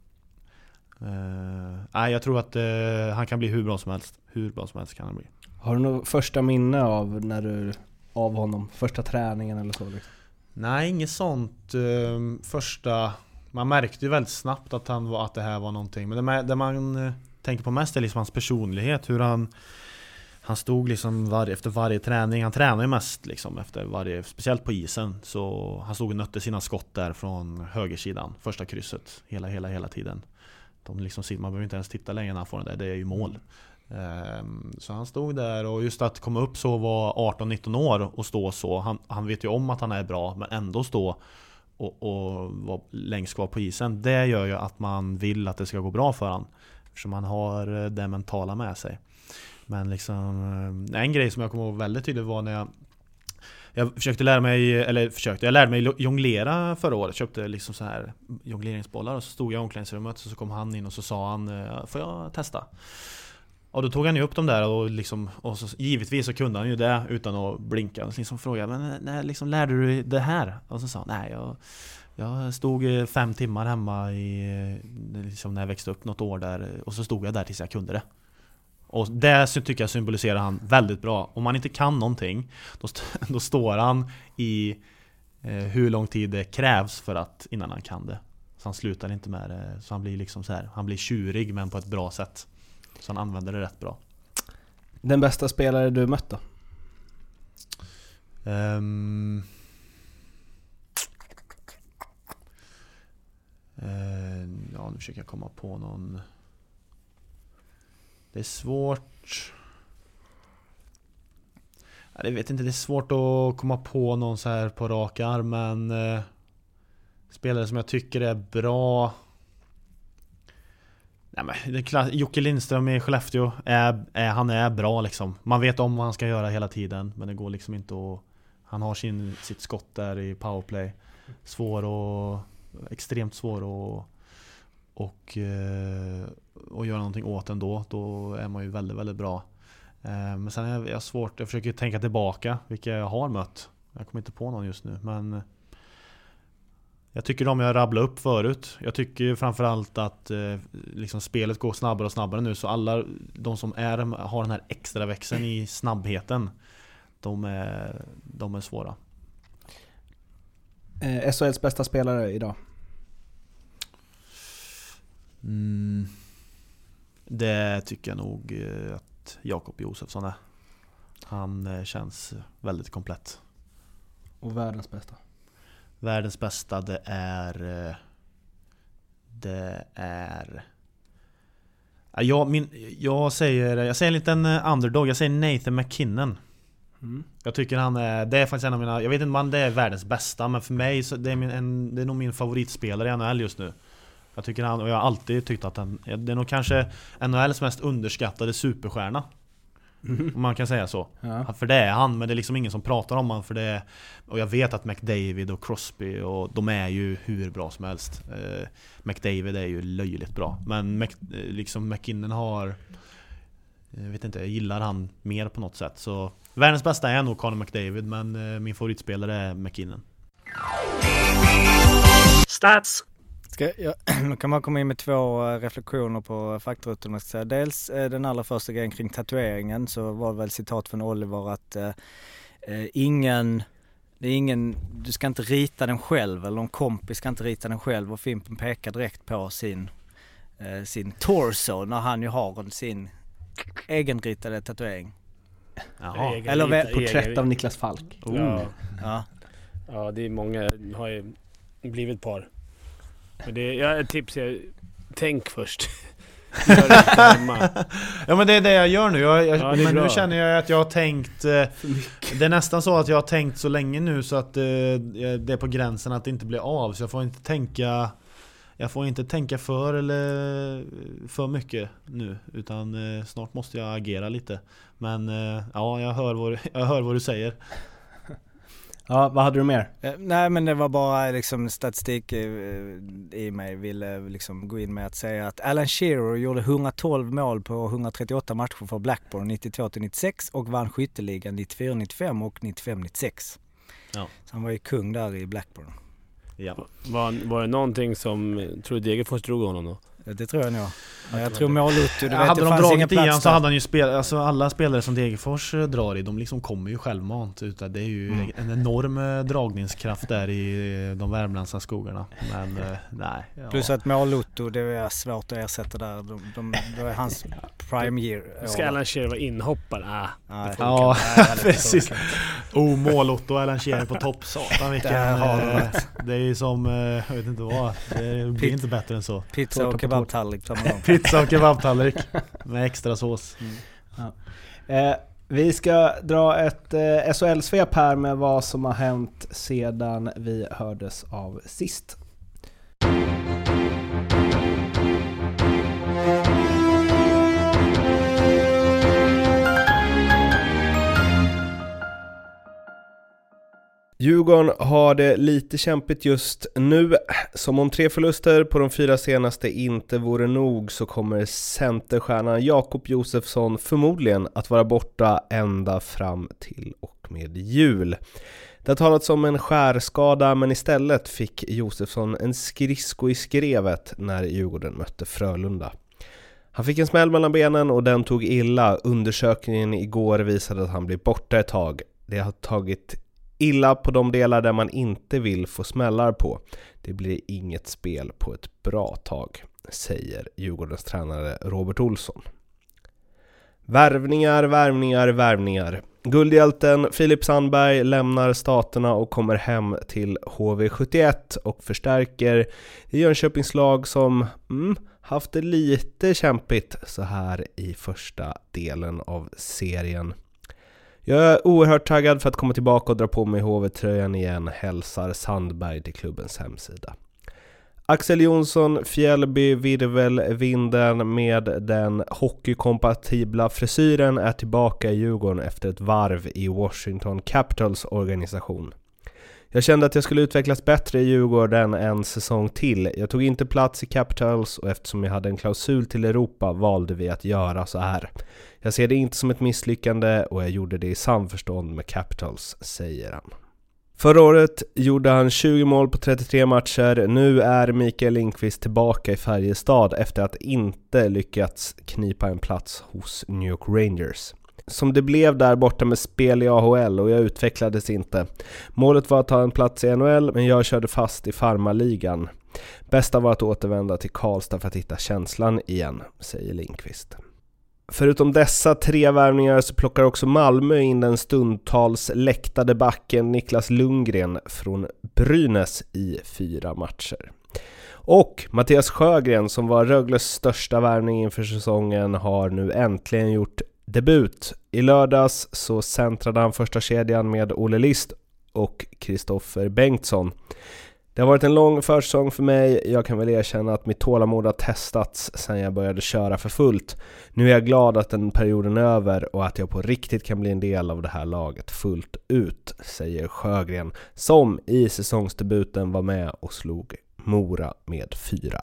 jag tror att han kan bli hur bra som helst kan han bli. Har du något första minne av honom? Första träningen eller så liksom? Nej, inget sånt första. Man märkte ju väldigt snabbt att det här var någonting. Men det man tänker på mest är liksom hans personlighet, hur han stod liksom efter varje träning. Han tränade ju mest liksom efter varje, speciellt på isen. Så han stod och nötte sina skott där från högersidan, första krysset hela tiden. Man behöver inte ens titta längre när han får den där, det är ju mål. Så han stod där, och just att komma upp så var 18-19 år och stå så. Han vet ju om att han är bra, men ändå stå och vara längst kvar på isen. Det gör ju att man vill att det ska gå bra för han, eftersom man har det mentala med sig. Men liksom, en grej som jag kommer ihåg väldigt tydligt var när jag lärde mig jonglera förra året. Köpte liksom så här jongleringsbollar, och så stod jag i omklädningsrummet, och så kom han in och så sa han, får jag testa? Och då tog han ju upp dem där och liksom, och så, givetvis så kunde han ju det utan att blinka. Och liksom frågade, men när liksom lärde du dig det här? Och så sa han, nej, jag stod 5 timmar hemma liksom när jag växte upp något år där, och så stod jag där tills jag kunde det. Och det tycker jag symboliserar han väldigt bra. Om man inte kan någonting, då står han i hur lång tid det krävs för att innan han kan det. Så han slutar inte med det. Så han blir liksom så här, han blir tjurig men på ett bra sätt. Så han använder det rätt bra. Den bästa spelare du mött då? Ja, nu försöker jag komma på någon. Det är svårt. Jag vet inte, det är svårt att komma på någon så här på rak arm, men spelare som jag tycker är bra. Nej, men Jocke Lindström i Skellefteå han är bra liksom. Man vet om vad han ska göra hela tiden, men det går liksom inte att. Han har sitt skott där i powerplay. Extremt svår och göra någonting åt ändå. Då är man ju väldigt, väldigt bra. Men sen är jag svårt. Jag försöker tänka tillbaka vilka jag har mött. Jag kommer inte på någon just nu, men jag tycker jag rabblade upp förut. Jag tycker framförallt att liksom spelet går snabbare och snabbare nu, så alla de som har den här extra växeln i snabbheten, de är svåra. SHLs bästa spelare idag? Det tycker jag nog att Jakob Josefsson är. Han känns väldigt komplett. Och världens bästa? Världens bästa, det är jag säger en liten underdog. Jag säger Nathan McKinnon. Jag tycker det är faktiskt en av mina, jag vet inte om han det är världens bästa, men för mig så det är nog min favoritspelare i NHL just nu. Jag tycker och jag har alltid tyckt att det är nog kanske NHLs mest underskattade superstjärna. Om man kan säga så. Ja. För det är han, men det är liksom ingen som pratar om han för det. Och jag vet att McDavid och Crosby, och de är ju hur bra som helst. McDavid är ju löjligt bra, men liksom McKinnon har, jag vet inte, jag gillar han mer på något sätt. Så världens bästa är nog Connor McDavid, men min favoritspelare är McKinnon. Stats. Då kan man komma in med 2 reflektioner på faktarutan. Dels den allra första grejen kring tatueringen, så var väl citat från Oliver att du ska inte rita den själv, eller en kompis ska inte rita den själv, och Fimpen pekar direkt på sin torso när han ju har sin egenritade tatuering. Jaha. Eller porträtt av Niklas Falk. Ja, det är många har ju blivit par. Men ett tips är, tänk först. Gör det inte hemma. Ja, men det är det jag gör nu. Men nu känner jag att jag har tänkt. Det är nästan så att jag har tänkt så länge nu så att det är på gränsen att det inte blir av. Så jag får inte tänka för mycket nu, utan snart måste jag agera lite. Men ja, jag hör vad du säger. Ja, vad hade du mer? Nej, men det var bara liksom statistik i mig ville liksom gå in med att säga att Alan Shearer gjorde 112 mål på 138 matcher för Blackburn 92-96 och vann skytteligan 94-95 och 95-96. Ja. Så han var ju kung där i Blackburn. Ja. Var det någonting som tror Degerfors drog honom då? Det tror jag nog. Jag tror Målutto, hade de dragit i han så hade han ju alltså alla spelare som Degerfors drar i, de liksom kommer ju självmant ut. Det är ju en enorm dragningskraft där i de värmländska skogarna. Men nej. Ja. Plus att Målutto, det är svårt att ersätta där. Det är hans prime year. Ska Alan Shearer vara inhoppare? Ja, precis. Målutto och Alan Shearer på topp. Det är ju som, jag vet inte vad. Det blir inte bättre än så. Pizza och kebabtallrik. Pizza och kebabtallrik med extra sås. Ja. Vi ska dra ett SHL-svep här med vad som har hänt sedan vi hördes av sist. Djurgården har det lite kämpigt just nu. Som om 3 förluster på de 4 senaste inte vore nog, så kommer centerstjärnan Jakob Josefsson förmodligen att vara borta ända fram till och med jul. Det har talats om en skärskada, men istället fick Josefsson en skridsko i skrevet när Djurgården mötte Frölunda. Han fick en smäll mellan benen och den tog illa. Undersökningen igår visade att han blir borta ett tag. Det har tagit illa på de delar där man inte vill få smällar på. Det blir inget spel på ett bra tag, säger Djurgårdens tränare Robert Olsson. Värvningar. Guldhjälten Filip Sandberg lämnar staterna och kommer hem till HV71 och förstärker Jönköpings lag som haft det lite kämpigt så här i första delen av serien. Jag är oerhört taggad för att komma tillbaka och dra på mig HV-tröjan igen, hälsar Sandberg till klubbens hemsida. Axel Jonsson, Fjällby, Virvelvinden med den hockeykompatibla frisyren är tillbaka i Djurgården efter ett varv i Washington Capitals organisation. Jag kände att jag skulle utvecklas bättre i Djurgården en säsong till. Jag tog inte plats i Capitals och eftersom jag hade en klausul till Europa valde vi att göra så här. Jag ser det inte som ett misslyckande och jag gjorde det i samförstånd med Capitals, säger han. Förra året gjorde han 20 mål på 33 matcher. Nu är Mikael Lindqvist tillbaka i Färjestad efter att inte lyckats knipa en plats hos New York Rangers. Som det blev där borta med spel i AHL och jag utvecklades inte. Målet var att ta en plats i NHL, men jag körde fast i farmarligan. Bästa var att återvända till Karlstad för att hitta känslan igen, säger Lindqvist. Förutom dessa 3 värvningar så plockar också Malmö in den stundtals läktade backen Niklas Lundgren från Brynäs i 4 matcher. Och Mattias Sjögren, som var Rögles största värvning inför säsongen, har nu äntligen gjort debut. I lördags så centrade han första kedjan med Olle List och Kristoffer Bengtsson. Det har varit en lång försäsong för mig. Jag kan väl erkänna att mitt tålamod har testats sedan jag började köra för fullt. Nu är jag glad att den perioden är över och att jag på riktigt kan bli en del av det här laget fullt ut, säger Sjögren, som i säsongsdebuten var med och slog Mora med 4-1.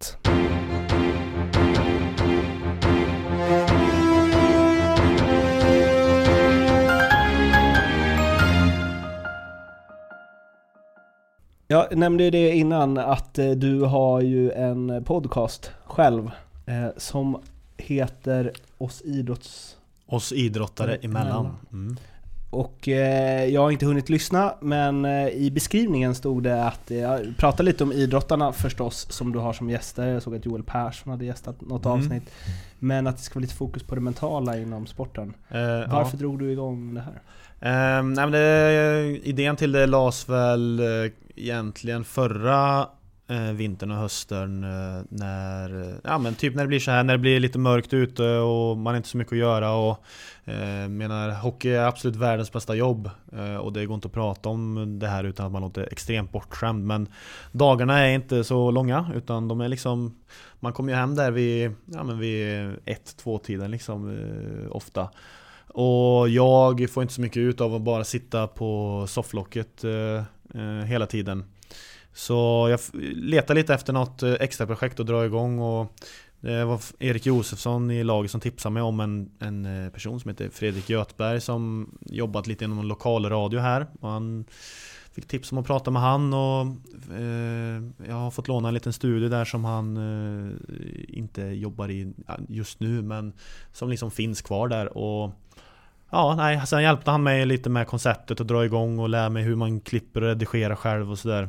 Jag nämnde ju det innan att du har ju en podcast själv som heter Oss idrottare emellan. Och jag har inte hunnit lyssna, men i beskrivningen stod det att jag pratade lite om idrottarna förstås som du har som gäster. Jag såg att Joel Persson hade gästat något avsnitt. Men att det ska vara lite fokus på det mentala inom sporten. Varför drog du igång det här? Nej, men idén till det lades väl egentligen förra vintern och hösten när det blir så här, när det blir lite mörkt ute och man har inte så mycket att göra och menar hockey är absolut världens bästa jobb och det går inte att prata om det här utan att man låter extremt bortskämd, men dagarna är inte så långa utan de är liksom, man kommer ju hem där vid 1-2 tiden liksom ofta. Och jag får inte så mycket ut av att bara sitta på sofflocket hela tiden. Så jag letar lite efter något extra projekt att dra igång och det var Erik Josefsson i laget som tipsade mig om en person som heter Fredrik Göthberg som jobbat lite inom en lokal radio här. Och han fick tips om att prata med han och jag har fått låna en liten studio där som han inte jobbar i just nu men som liksom finns kvar där och sen hjälpte han mig lite med konceptet att dra igång och lära mig hur man klipper och redigerar själv och sådär.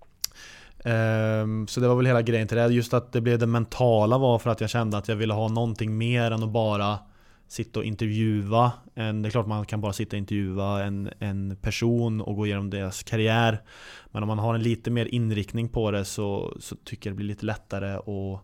Så det var väl hela grejen till det. Just att det blev det mentala var för att jag kände att jag ville ha någonting mer än att bara sitta och intervjua. Det är klart man kan bara sitta och intervjua en person och gå igenom deras karriär. Men om man har en lite mer inriktning på det så tycker jag det blir lite lättare att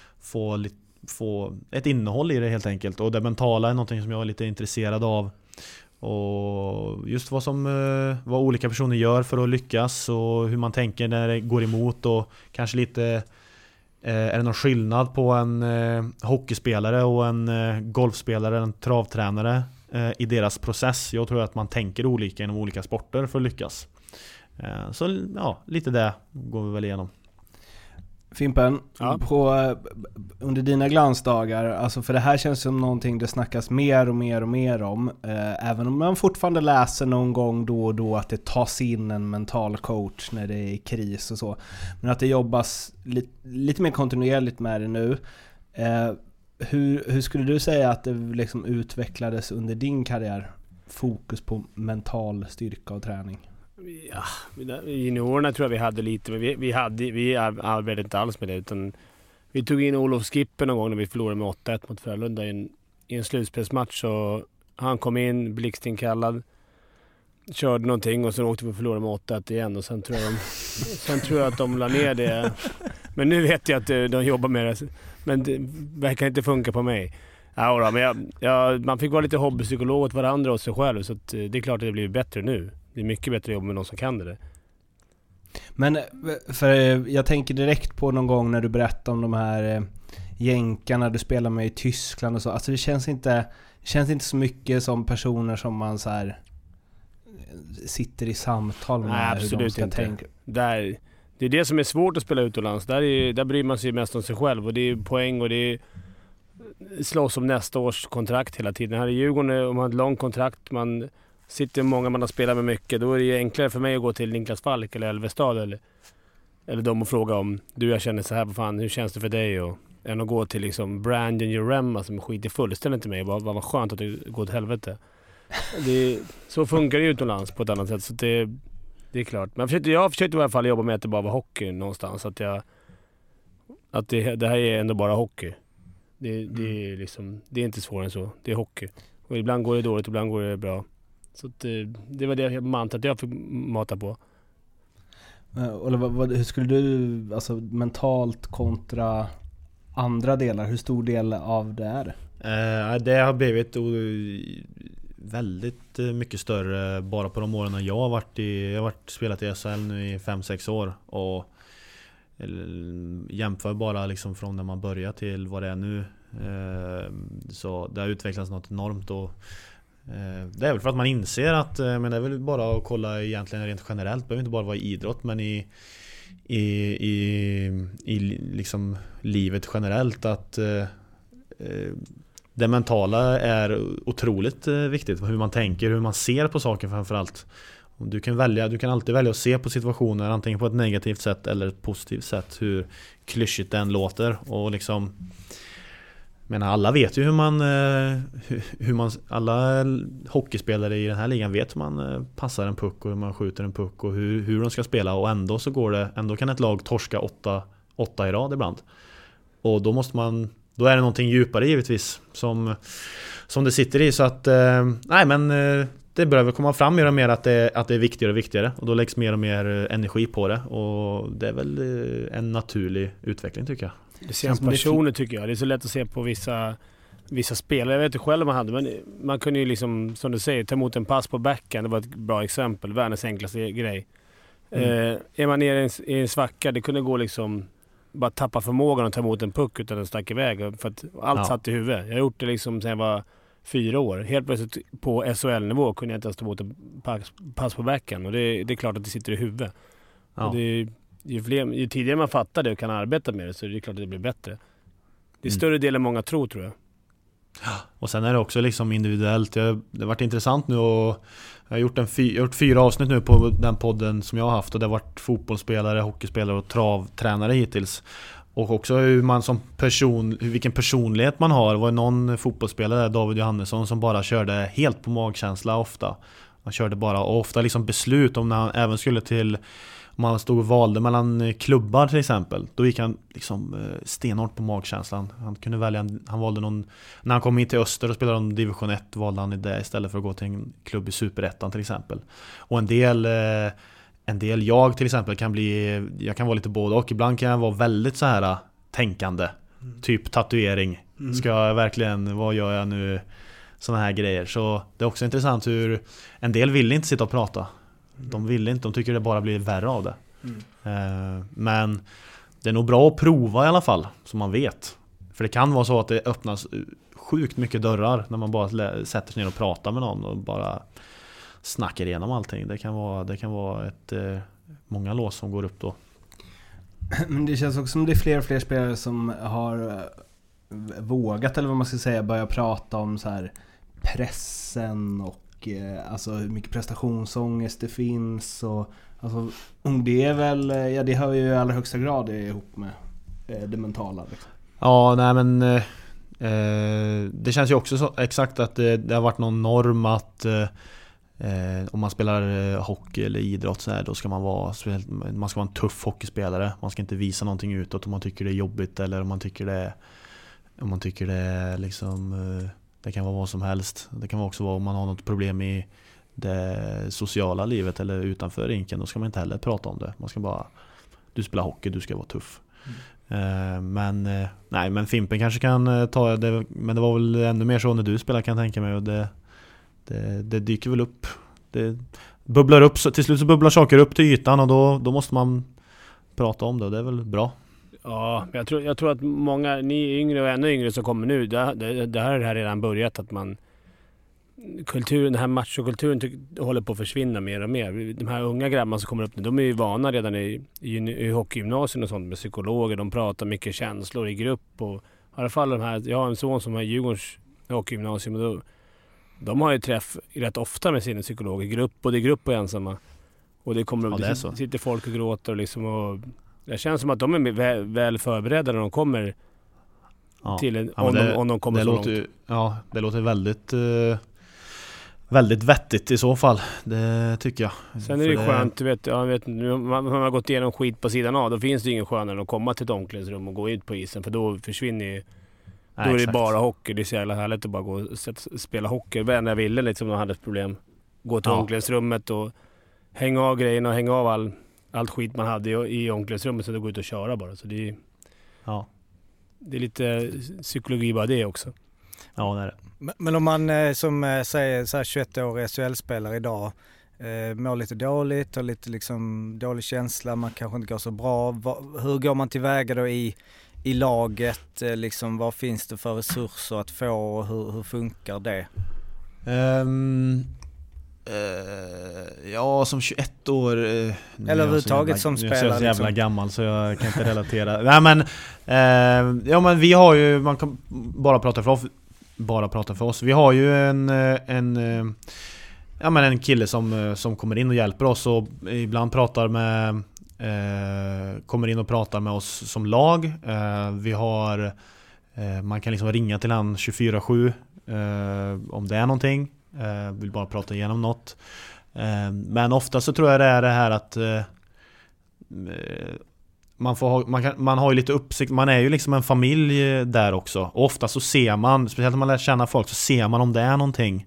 få ett innehåll i det helt enkelt. Och det mentala är någonting som jag är lite intresserad av. Och just vad olika personer gör för att lyckas och hur man tänker när det går emot och kanske lite är det någon skillnad på en hockeyspelare och en golfspelare, en travtränare i deras process. Jag tror att man tänker olika inom olika sporter för att lyckas. Så ja, lite det går vi väl igenom. Fimpen, under dina glansdagar, alltså för det här känns som någonting det snackas mer och mer om, även om man fortfarande läser någon gång då och då att det tas in en mental coach när det är kris och så, men att det jobbas lite mer kontinuerligt med det nu. Hur skulle du säga att det liksom utvecklades under din karriär, fokus på mental styrka och träning? Ja, i juniorerna tror jag vi hade lite, men vi arbetade inte alls med det, utan vi tog in Olof Skipper någon gång när vi förlorade med 8-1 mot Frölunda i en slutspelsmatch, och han kom in blixtinkallad, körde någonting och sen åkte vi och förlorade med 8-1 igen, och sen tror jag att de la ner det. Men nu vet jag att de jobbar med det, men det verkar inte funka på mig. Ja, men man fick vara lite hobbypsykolog åt varandra och sig själv, så att det är klart att det blir bättre nu. Det är mycket bättre jobb med någon som kan det. Men för jag tänker direkt på någon gång när du berättade om de här jänkarna du spelar med i Tyskland och så. Alltså det känns inte så mycket som personer som man så här sitter i samtal med. Nej, absolut hur de ska inte. Tänka. Det är det som är svårt att spela utomlands. Där bryr man sig mest om sig själv, och det är poäng och det är slåss om nästa års kontrakt hela tiden. Här i Djurgården, om man har ett långt kontrakt, man sitter många man har spelat med mycket, då är det enklare för mig att gå till Niklas Falk eller Elvestad eller de och fråga om jag känner så här, vad fan, hur känns det för dig, och än att gå till liksom Brandon Jurema som skiter fullständigt i mig. Vad skönt att det går till helvete. Så funkar det ju utomlands på ett annat sätt, så det är klart. Men jag försökte i alla fall jobba med att det bara var hockey någonstans, att det här är ändå bara hockey. Det är liksom, det är inte svårare än så. Det är hockey. Och ibland går det dåligt, ibland går det bra. Så det var det mantrat jag fick mata på. Eller hur skulle du, alltså mentalt kontra andra delar, hur stor del av det är det? Det har blivit väldigt mycket större bara på de åren jag har spelat i SHL nu i 5-6 år, och jämför bara liksom från när man börjar till vad det är nu, så det har utvecklats något enormt, och det är väl för att man inser att, men det är väl bara att kolla egentligen rent generellt, det behöver inte bara vara i idrott, men i liksom livet generellt, att det mentala är otroligt viktigt, hur man tänker, hur man ser på saker framförallt. Du kan alltid välja att se på situationer antingen på ett negativt sätt eller ett positivt sätt, hur klyschigt den låter, och liksom, men alla vet ju hur man alla hockeyspelare i den här ligan vet hur man passar en puck och hur man skjuter en puck och hur de ska spela, och ändå kan ett lag torska 8 i rad ibland. Och då är det någonting djupare givetvis som det sitter i, så att det börjar väl komma fram mer och mer att det är viktigare och viktigare, och då läggs mer och mer energi på det, och det är väl en naturlig utveckling, tycker jag. Det ser personer, tycker jag. Det är så lätt att se på vissa spelare. Jag vet inte själv vad man hade, men man kunde ju liksom, som du säger, ta emot en pass på backen. Det var ett bra exempel. Världens enklaste grej. Är man nere i en svacka, det kunde gå liksom bara tappa förmågan att ta emot en puck utan den stack iväg. För att allt satt i huvudet. Jag har gjort det liksom sedan jag var 4 år. Helt plötsligt på SHL-nivå kunde jag inte ens ta emot en pass på backen. Och det är klart att det sitter i huvudet. Ja. Och ju tidigare man fattar det och kan arbeta med det, så är det klart att det blir bättre. Det är större del än många tror jag. Och sen är det också liksom individuellt. Det har varit intressant nu, och jag har gjort 4 avsnitt nu på den podden som jag har haft, och det har varit fotbollsspelare, hockeyspelare och travtränare hittills. Och också hur man som person, vilken personlighet man har. Det var någon fotbollsspelare, David Johannesson, som bara körde helt på magkänsla ofta. Han körde bara, och ofta liksom beslut om när han även skulle till, om han stod och valde mellan klubbar till exempel, då gick han liksom stenhårt på magkänslan. Han kunde välja, han valde någon, när han kom in till Öster och spelade om division 1, valde han det istället för att gå till en klubb i Superettan till exempel. Och en del jag till exempel jag kan vara lite både och. Ibland kan jag vara väldigt så här tänkande, typ tatuering. Ska jag verkligen, vad gör jag nu? Såna här grejer. Så det är också intressant hur en del vill inte sitta och prata. De tycker det bara blir värre av det. Men det är nog bra att prova i alla fall, så man vet. För det kan vara så att det öppnas sjukt mycket dörrar när man bara sätter sig ner och pratar med någon och bara snackar igenom allting. Det kan vara ett många lås som går upp då. Men det känns också som det är fler och fler spelare som har vågat, eller vad man ska säga, börja prata om så här pressen och alltså hur mycket prestationsångest det finns, och alltså det är väl, det hör ju i allra högsta grad ihop med det mentala liksom. Ja, nej men det känns ju också så, exakt att det har varit någon norm att om man spelar hockey eller idrott så här, då ska man vara en tuff hockeyspelare. Man ska inte visa någonting utåt om man tycker det är jobbigt, eller om man tycker det är liksom, det kan vara vad som helst. Det kan också vara om man har något problem i det sociala livet eller utanför rinken, då ska man inte heller prata om det. Man ska bara, du spelar hockey, du ska vara tuff. Men Fimpen kanske kan ta det, men det var väl ännu mer så när du spelar, kan jag tänka mig, och det dyker väl upp. Det bubblar upp, så till slut så bubblar saker upp till ytan, och då måste man prata om det, och det är väl bra. Ja, jag tror att många, ni yngre och ännu yngre som kommer nu, det här är det här redan börjat, att man kulturen, den här machokulturen håller på att försvinna mer och mer. De här unga grabbarna som kommer upp nu, de är ju vana redan i hockeygymnasien och sånt med psykologer. De pratar mycket känslor i grupp, och i alla fall de här, jag har en son som har Djurgårdens hockeygymnasium, och då, de har ju träff rätt ofta med sina psykologer i grupp, både i grupp och ensamma. Och det kommer det sitter folk och gråter liksom, och det känns som att de är väl förberedda när de kommer till om de kommer så långt. Ja, det låter väldigt vettigt i så fall, det tycker jag. Sen är det skönt, du vet, man har gått igenom skit på sidan av, då finns det ingen skönare än att komma till ett omklädningsrum och gå ut på isen, för då försvinner ju, då är det bara hockey. Det är så jävla härligt att bara gå och spela hockey. Vad jag ville liksom, när jag hade ett problem, gå till omklädningsrummet och hänga av grejerna och hänga av allt skit man hade i omklädningsrummet, så då gå ut och köra bara. Så det är lite psykologi bara det också. Ja, det är det. Men om man som säger så här 21-årig SHL-spelare idag mår lite dåligt och lite liksom dålig känsla, man kanske inte går så bra. Hur går man tillväga då i laget? Liksom, vad finns det för resurser att få, och hur funkar det? Ja, som 21 år eller överhuvudtaget som spelare. Jag är så jävla gammal så jag kan inte relatera. Nej, men vi har ju, man kan bara prata för oss. Vi har ju en kille som kommer in och hjälper oss, och ibland kommer in och pratar med oss som lag. Vi har man kan liksom ringa till han 24/7 om det är någonting. Vill bara prata igenom något. Men ofta så tror jag det är det här att man har ju lite uppsikt. Man är ju liksom en familj där också. Och ofta så ser man, speciellt när man lär känna folk, så ser man om det är någonting.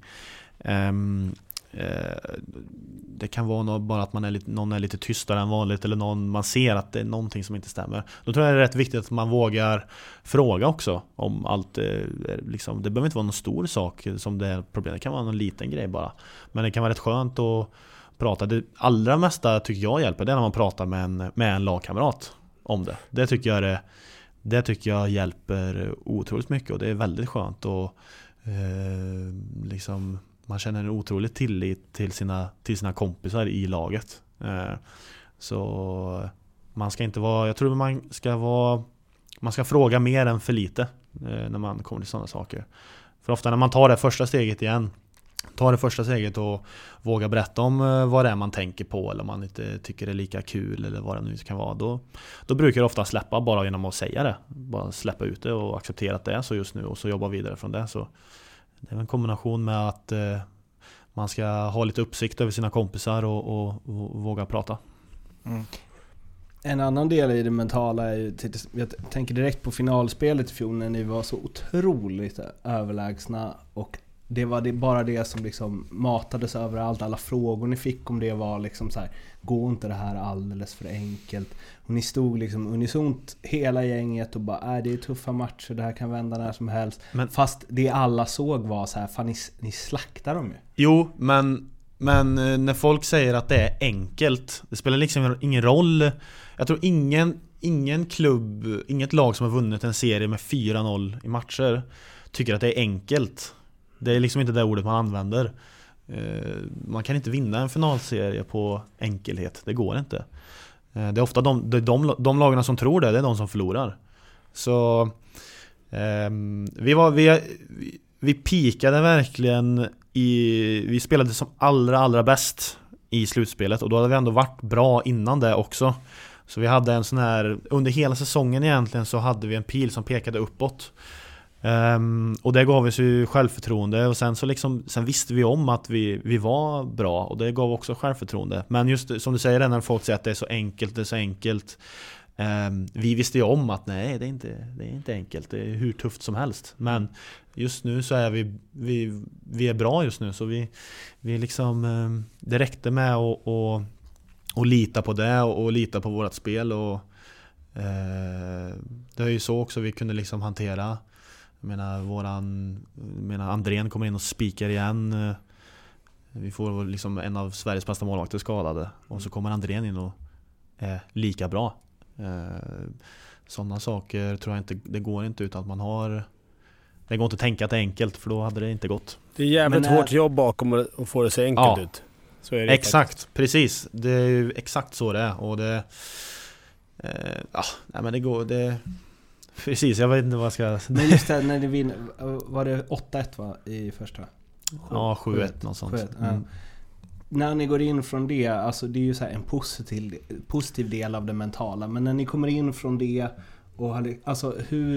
Det kan vara bara att någon är lite tystare än vanligt, eller någon, man ser att det är någonting som inte stämmer. Då tror jag det är rätt viktigt att man vågar fråga också om allt. Liksom, det behöver inte vara någon stor sak som det är problem. Det kan vara någon liten grej bara. Men det kan vara rätt skönt att prata. Det allra mesta tycker jag hjälper, det är när man pratar med en lagkamrat om det. Det tycker jag hjälper otroligt mycket, och det är väldigt skönt, och liksom man känner en otrolig tillit till sina kompisar i laget. Så man ska inte vara, jag tror man ska fråga mer än för lite när man kommer till sådana saker. För ofta när man tar det första steget och vågar berätta om vad det är man tänker på, eller man inte tycker det är lika kul, eller vad det nu kan vara, då brukar det ofta släppa bara genom att säga det. Bara släppa ut det och acceptera att det är så just nu, och så jobba vidare från det. Så det är en kombination med att man ska ha lite uppsikt över sina kompisar och våga prata. Mm. En annan del i det mentala är ju, jag tänker direkt på finalspelet i fjol när ni var så otroligt överlägsna, och det var bara det som liksom matades överallt. Alla frågor ni fick om det var liksom så här: gå inte det här alldeles för enkelt? Och ni stod liksom unisont hela gänget och bara det är tuffa matcher, det här kan vända när som helst. Men fast det alla såg var så här, fan ni slaktar dem ju. Jo, men när folk säger att det är enkelt, det spelar liksom ingen roll. Jag tror ingen klubb, inget lag som har vunnit en serie med 4-0 i matcher tycker att det är enkelt. Det är liksom inte det ordet man använder. man kan inte vinna en finalserie på enkelhet. Det går inte. Det är ofta de lagarna som tror det är de som förlorar. Så vi pikade verkligen vi spelade som allra bäst i slutspelet, och då hade vi ändå varit bra innan det också. Så vi hade en sån här, under hela säsongen egentligen så hade vi en pil som pekade uppåt. Och det gav oss ju självförtroende, och sen visste vi om att vi var bra, och det gav också självförtroende. Men just som du säger, när folk säger att det är så enkelt, vi visste ju om att nej, det är inte enkelt, det är hur tufft som helst. Men just nu så är vi är bra just nu, så vi liksom, det räckte med att lita på det och lita på vårt spel, och det är ju så också vi kunde liksom hantera. Jag menar Andrén kommer in och spikar igen. Vi får liksom en av Sveriges bästa målvakter skadade, och så kommer Andrén in och är lika bra. Sådana saker tror jag inte, det går inte utan att man har, det går inte att tänka att det är enkelt, för då hade det inte gått. Det är jävligt hårt jobb bakom att få det så enkelt ut. Så är det exakt, faktiskt. Precis. Det är ju exakt så det är, och det men det går, det precis, jag vet inte vad jag ska. Men just det, när ni vinner, var det 8-1 va, i första? Ja, 7-1 något sånt. 7-1, När ni går in från det, alltså det är ju så här en positiv del av det mentala, men när ni kommer in från det, och alltså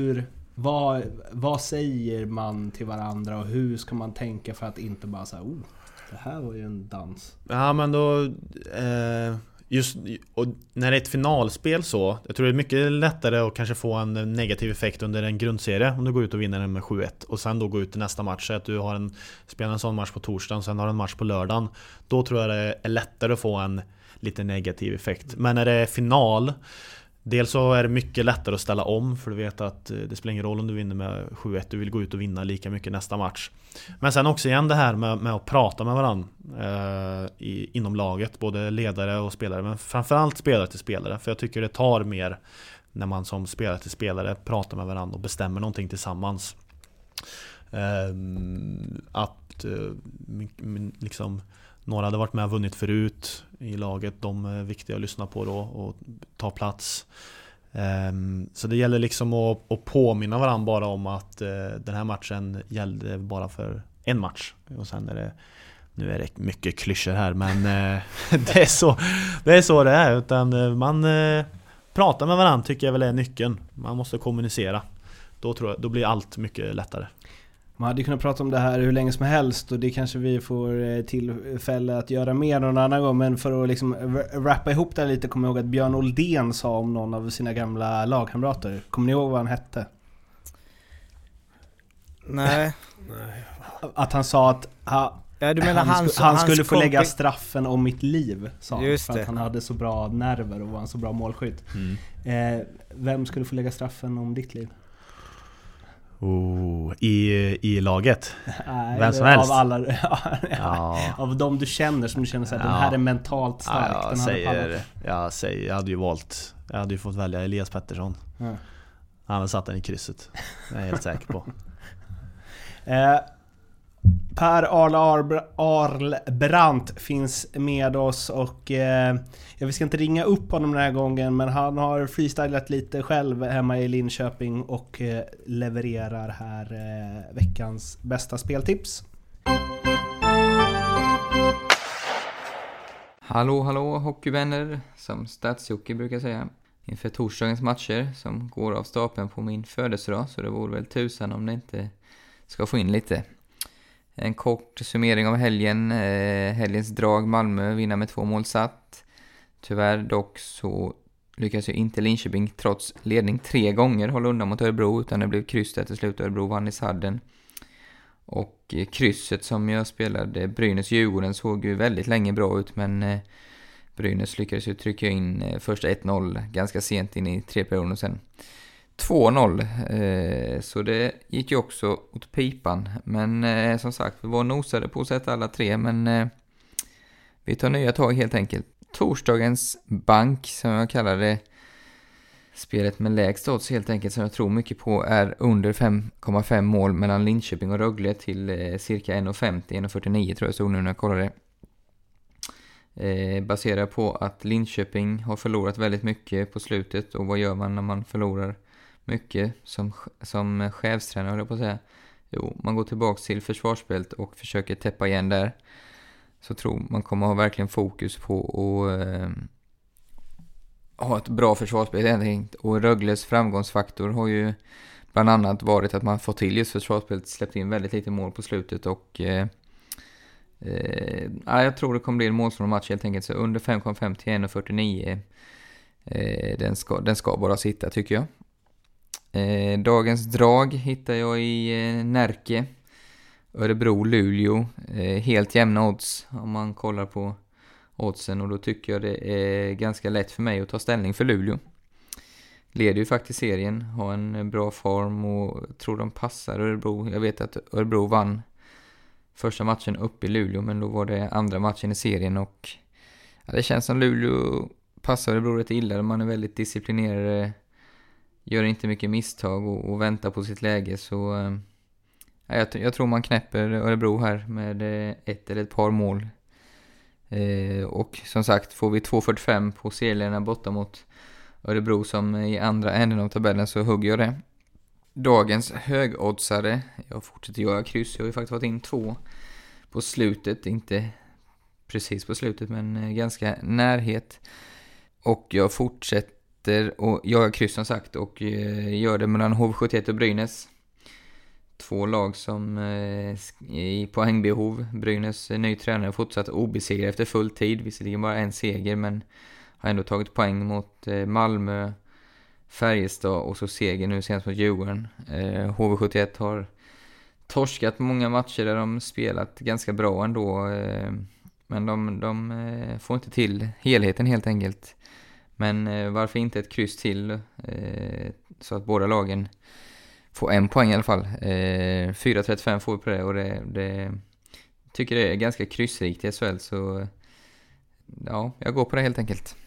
vad säger man till varandra, och hur ska man tänka för att inte bara säga det här var ju en dans? Ja, men då just, och när det är ett finalspel så, jag tror det är mycket lättare att kanske få en negativ effekt under en grundserie om du går ut och vinner den med 7-1, och sen då går ut till nästa match, att du har spelar en sån match på torsdagen, sen har en match på lördagen. Då tror jag det är lättare att få en lite negativ effekt. Men när det är final, dels så är det mycket lättare att ställa om, för du vet att det spelar ingen roll om du vinner med 7-1, du vill gå ut och vinna lika mycket nästa match. Men sen också igen det här med att prata med varandra inom laget, både ledare och spelare, men framförallt spelare till spelare, för jag tycker det tar mer när man som spelare till spelare pratar med varandra och bestämmer någonting tillsammans. Liksom, några hade varit med och vunnit förut i laget, de är viktiga att lyssna på då och ta plats. Så det gäller liksom att påminna varandra bara om att den här matchen gällde bara för en match, och sen nu är det mycket klyschor här, men det är så det är, utan man pratar med varandra, tycker jag väl är nyckeln. Man måste kommunicera, då blir allt mycket lättare. Man hade kunnat prata om det här hur länge som helst, och det kanske vi får tillfälle att göra mer någon annan gång, men för att liksom rappa ihop det lite, kommer jag ihåg att Björn Oldén sa om någon av sina gamla lagkamrater. Kommer ni ihåg vad han hette? Nej. Att han sa att du menar han skulle få lägga straffen om mitt liv, sa han, just för att han hade så bra nerver och var en så bra målskytt. Vem skulle få lägga straffen om ditt liv? I laget? Nej, vem som helst? Av alla, av de du känner, som du känner så här, den här är mentalt stark. Jag hade ju fått välja Elias Pettersson. Han hade satt den i krysset. Jag är helt säker på. Per Arlbrandt finns med oss, och vi ska inte ringa upp honom den här gången, men han har freestylat lite själv hemma i Linköping och levererar här veckans bästa speltips. Hallå hockeyvänner, som Stadsjocke brukar säga. Inför torsdagens matcher som går av stapeln på min födelsedag, så det vore väl tusan om det inte ska få in lite. En kort summering av helgen. Helgens drag: Malmö vinner med 2 mål satt. Tyvärr dock så lyckas ju inte Linköping trots ledning 3 gånger hålla undan mot Örebro, utan det blev kryss där till slut. Örebro vann i sadden. Och krysset som jag spelade, Brynäs-Djurgården, såg ju väldigt länge bra ut, men Brynäs lyckades ju trycka in första 1-0 ganska sent in i 3 perioder och sen 2-0, så det gick ju också åt pipan. Men som sagt, vi var nosade på att sätta alla 3, men vi tar nya tag helt enkelt. Torsdagens bank, som jag kallar det, spelet med lägst odds helt enkelt som jag tror mycket på är under 5,5 mål mellan Linköping och Rögle till cirka 1,50-1,49 tror jag stod nu när jag kollade. Baserar på att Linköping har förlorat väldigt mycket på slutet, och vad gör man när man förlorar mycket som chefstränare, höll jag på att säga? Jo, man går tillbaka till försvarsspelet och försöker täppa igen där. Så tror man kommer ha verkligen fokus på att ha ett bra försvarsspel. Och Rögles framgångsfaktor har ju bland annat varit att man fått till just försvarsspelet, släppt in väldigt lite mål på slutet, och jag tror det kommer bli en målsnål match helt enkelt. Så under 5,5 till 1,49 den ska bara sitta, tycker jag. Dagens drag hittar jag i Närke, Örebro, Luleå. Helt jämna odds om man kollar på oddsen, och då tycker jag det är ganska lätt för mig att ta ställning för Luleå. Leder ju faktiskt serien, har en bra form och tror de passar Örebro. Jag vet att Örebro vann första matchen upp i Luleå, men då var det andra matchen i serien, och det känns som Luleå passar Örebro rätt illa. Man är väldigt disciplinerade, gör inte mycket misstag och väntar på sitt läge, så jag tror man knäpper Örebro här med ett eller ett par mål. Och som sagt, får vi 2,45 på serierna borta mot Örebro som i andra änden av tabellen, så hugger jag det. Dagens högoddsare, jag fortsätter göra kryss. Jag har ju faktiskt fått in 2 på slutet, inte precis på slutet men ganska närhet. Och jag fortsätter och göra kryss som sagt, och gör det mellan HV71 och Brynäs. 2 lag som i poängbehov. Brynäs ny tränare, fortsatt obesegrad efter full tid. Visserligen bara en seger, men har ändå tagit poäng mot Malmö, Färjestad och så seger nu senast mot Djurgården. HV71 har torskat många matcher där de spelat ganska bra ändå. Men de får inte till helheten helt enkelt. Men varför inte ett kryss till så att båda lagen får 1 poäng i alla fall. 4,35 får vi på det, och det tycker det är ganska kryssrikt i SHL, så ja, jag går på det helt enkelt.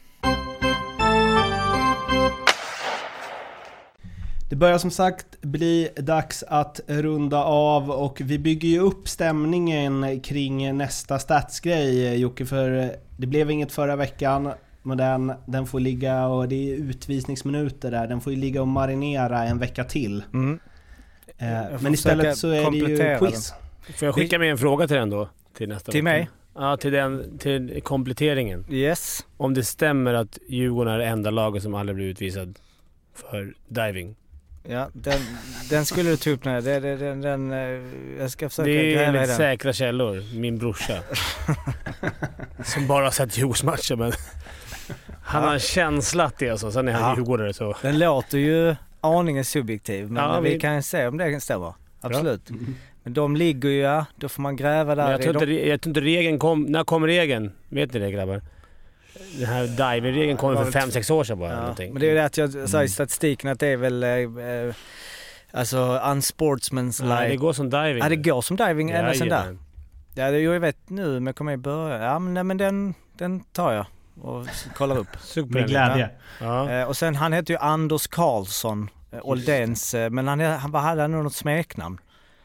Det börjar som sagt bli dags att runda av, och vi bygger ju upp stämningen kring nästa statsgrej, Jocke, för det blev inget förra veckan, men den får ligga, och det är utvisningsminuter där, den får ju ligga och marinera en vecka till. Men istället så är det ju quiz. Får jag skicka med en fråga till den då? Till nästa till vecka? Mig? Ja, till kompletteringen. Yes. Om det stämmer att Djurgården är det enda laget som aldrig blir utvisad för diving. Ja, den skulle du ta upp när jag ska försöka. Det är enligt säkra källor, min brorsa. Som bara har sett Djurgårdsmatcher, men han har en känsla att det är så. Sen är han Djurgårdare så. Den låter ju aningen subjektiv, men vi kan se om det stämmer. Absolut. Men de ligger ju, då får man gräva där. Jag tror inte regeln kom. När kom regeln? Vet ni det, grabbar? Den här diving-regeln kom för 5-6 år sedan bara. Ja, någonting. men det är det att jag sa i statistiken att det är väl alltså unsportsmanlike. Nej, det går som diving. Ja, det går som diving ända sedan där. Ja, jag vet nu, men jag kommer i början. Ja, men den tar jag och kollar upp. Med glädje. Ja. Och sen, han heter ju Anders Karlsson, Oldens, men han hade nog något smeknamn.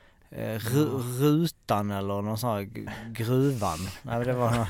Rutan eller någon sån här Gruvan. Nej, det var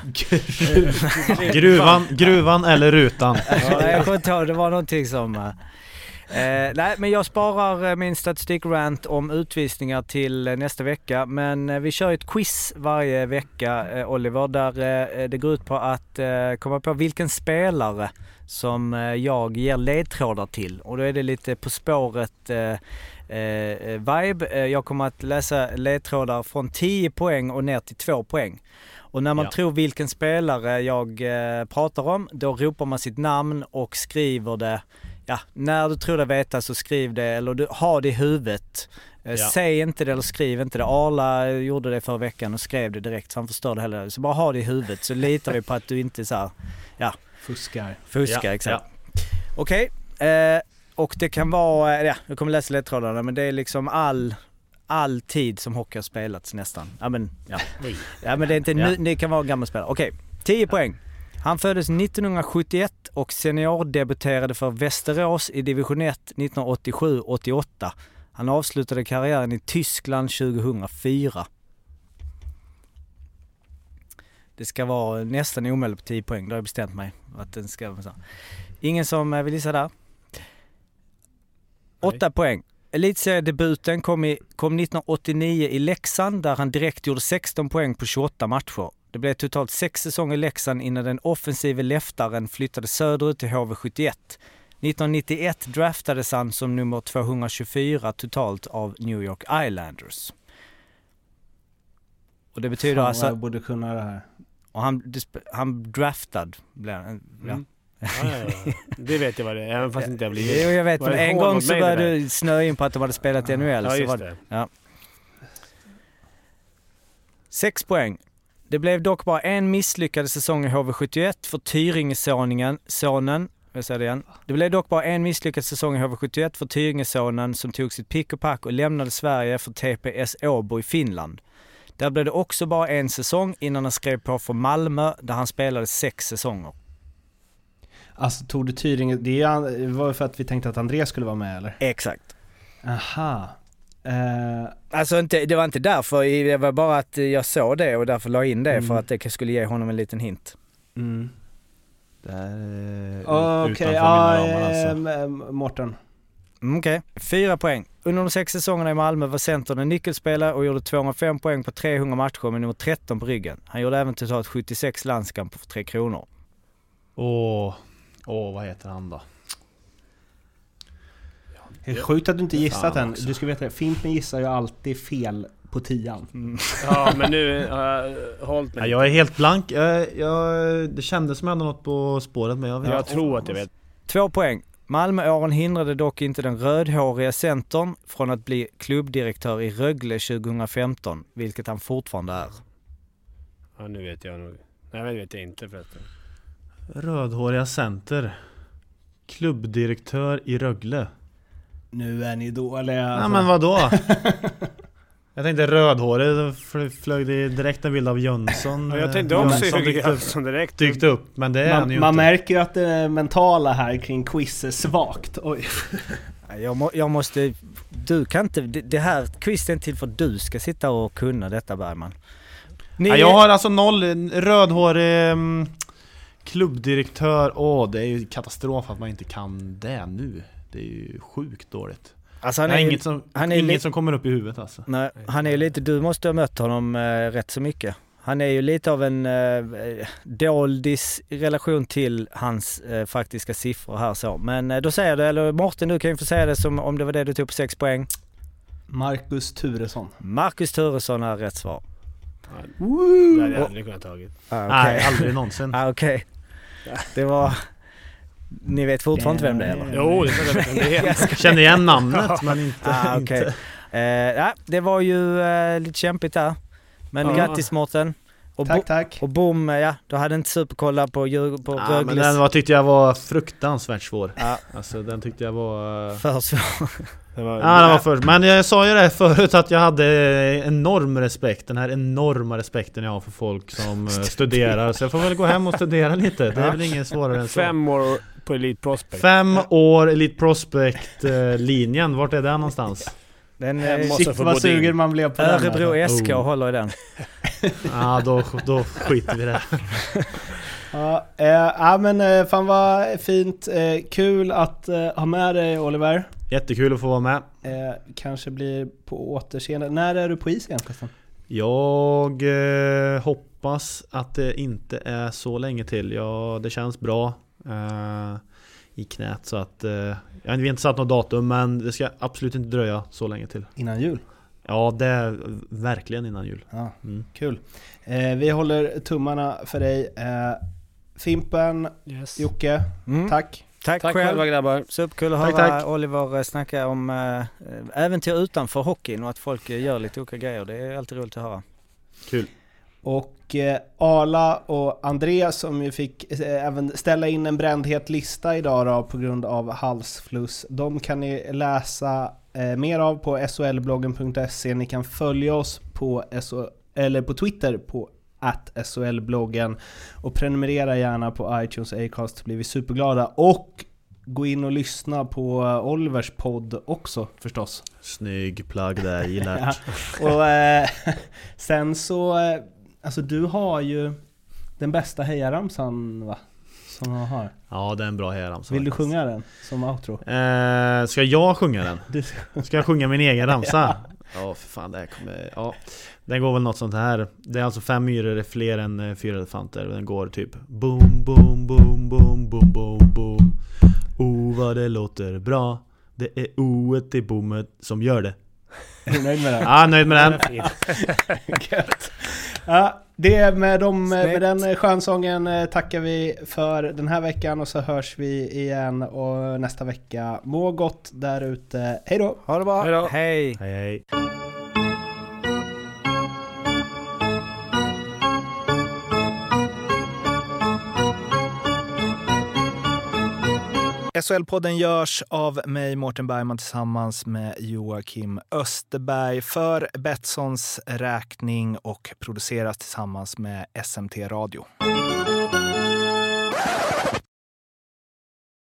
Gruvan eller Rutan. Ja, jag kommer inte ihåg, det var någonting som nej, men jag sparar min statistikrant om utvisningar till nästa vecka, men vi kör ett quiz varje vecka, Oliver, där det går ut på att komma på vilken spelare som jag ger ledtrådar till, och då är det lite På spåret vibe. Jag kommer att läsa ledtrådar från 10 poäng och ner till 2 poäng. Och när man tror vilken spelare jag pratar om, då ropar man sitt namn och skriver det. Ja, när du tror det veta så skriv det, eller du har det i huvudet. Säg inte det eller skriv inte det. Arla gjorde det förra veckan och skrev det direkt, så han förstörde hela det. Så bara ha det i huvudet, så litar vi på att du inte så här, fuskar, exakt. Ja. Okej. Och det kan vara, jag kommer läsa ledtrådarna, men det är liksom all tid som hockey har spelats nästan. Ja, men det är inte det kan vara gamla spelare. Okej, 10 poäng. Han föddes 1971 och seniordebuterade för Västerås i division 1 1987-88. Han avslutade karriären i Tyskland 2004. Det ska vara nästan omöjligt på 10 poäng. Då har jag bestämt mig att den ska vara så. Ingen som vill gissa där? 8 poäng. Elitseriedebuten kom 1989 i Leksand där han direkt gjorde 16 poäng på 28 matcher. Det blev totalt 6 säsonger i Leksand innan den offensiva leftaren flyttade söderut till HV71. 1991 draftades han som nummer 224 totalt av New York Islanders. Och det betyder alltså... Jag borde kunna det här. Och han draftad blev han. Ja. Ja. Det vet jag vad det är, även fast inte jag blir... Jo, jag vet. Men en gång så började du snöa in på att de hade spelat i NHL. Ja, just så det. Ja. 6 poäng. Det blev dock bara en misslyckad säsong i HV71 för Tyringesonen. Jag säger det igen. Det blev dock bara en misslyckad säsong i HV71 för Tyringesonen som tog sitt pick och pack och lämnade Sverige för TPS Åbo i Finland. Där blev det också bara en säsong innan han skrev på för Malmö där han spelade 6 säsonger. Alltså tog du Tyringe, det var för att vi tänkte att Andreas skulle vara med eller? Exakt. Aha. Alltså det var inte därför, det var bara att jag såg det och därför la in det för att det skulle ge honom en liten hint. Mm. Okej, Mårten. Okej. 4 poäng. Under de 6 säsongerna i Malmö var centern en nyckelspelare och gjorde 205 poäng på 300 matcher med nummer 13 på ryggen. Han gjorde även totalt 76 landskamper för 3 kronor. Vad heter han då? Det är sjukt att du inte gissat än. Du ska veta, Fimpen gissar ju alltid fel på 10:an. Ja, men nu har jag hållit mig. Jag är helt blank. Det kändes som jag hade något på spåret, men jag tror att jag vet. 2 poäng. Malmöåren hindrade dock inte den rödhåriga centern från att bli klubbdirektör i Rögle 2015, vilket han fortfarande är. Ja, nu vet jag nog. Nej, det vet jag inte förresten. Rödhåriga center. Klubbdirektör i Rögle. Nu är ni dåliga. Alltså. Nej, men vadå? Jag tänkte rödhårig, flög det direkt en bild av Jönsson. Ja, jag tänkte också Jönsson direkt. Dykt upp, men det är han ju man inte. märker ju att det mentala här kring quiz är svagt. Oj. Jag måste... Du kan inte... Det här quizen är till för att du ska sitta och kunna detta, Bergman. Jag har alltså 0 rödhårig klubbdirektör. Det är ju katastrof att man inte kan det nu. Det är ju sjukt dåligt. Alltså han är inget som kommer upp i huvudet alltså. Nej, han är lite, du måste ha mött honom rätt så mycket. Han är ju lite av en doldis i relation till hans faktiska siffror här så. Men då säger du, eller Mårten, du kan ju få säga det som om det var det du tog på 6 poäng. Marcus Turesson. Marcus Turesson är rätt svar. Det hade jag aldrig kunnat tagit. Okay. Nej, aldrig någonsin. Okej. Det var... Ni vet fortfarande vem det är, eller? Jo, det är. Känner igen namnet, men inte. Okay. Det var ju lite kämpigt där. Men grattis, Mårten. Och tack. Och bom, du hade inte superkolla på Rögles. Men den tyckte jag var fruktansvärt svår. Alltså, den tyckte jag var... För svår. Den var för. Men jag sa ju det förut att jag hade enorm respekt. Den här enorma respekten jag har för folk som studerar. Så jag får väl gå hem och studera lite. Det är väl ingen svårare än så. 5 år på Elite Prospect. 5 år Elite Prospect-linjen. Vart är det någonstans? Den shit vad sugen man blev på Örebro den. SK håller i den. Ja, då skiter vi det. Men fan vad fint. Kul att ha med dig, Oliver. Jättekul att få vara med. Kanske blir på återseende. När är du på is igen, Christian? Jag hoppas att det inte är så länge till. Det känns bra i knät, så att jag har inte satt något datum, men det ska absolut inte dröja så länge till. Innan jul? Ja, det är verkligen innan jul. Ja, kul. Vi håller tummarna för dig. Fimpen, yes. Jocke, tack. Tack själva, grabbar. Superkul att höra Oliver snacka om äventyr utanför hockeyn och att folk gör lite olika grejer. Det är alltid roligt att höra. Kul. Och Arla och Andreas som ju fick även ställa in en brändhet lista idag då, på grund av halsfluss. De kan ni läsa mer av på solbloggen.se. Ni kan följa oss på Twitter på @SHL-bloggen. Och prenumerera gärna på iTunes och Acast, så blir vi superglada. Och gå in och lyssna på Olivers podd också förstås. Snygg plagg där, gillar. Ja. Och sen så, alltså du har ju den bästa hejaramsan, va? Som jag har. Ja, det är en bra hejaramsa. Vill du sjunga den som outro? Ska jag sjunga den? Ska jag sjunga min egen ramsa? Ja, för fan, det här kommer... Ja, den går väl något sånt här. Det är alltså 5 myror är fler än 4 elefanter. Den går typ boom, boom, boom, boom, boom, boom, boom. Vad det låter bra. Det är oet i bommet som gör det. Är du nöjd med den? Ja, nöjd med den. Ja, det är med den skönsången tackar vi för den här veckan, och så hörs vi igen och nästa vecka. Må gott där ute. Hej då! Ha det bra! Hej då! Hej! Hej, hej. SHL-podden görs av mig, Mårten Bergman, tillsammans med Joakim Österberg för Betssons räkning och produceras tillsammans med SMT Radio.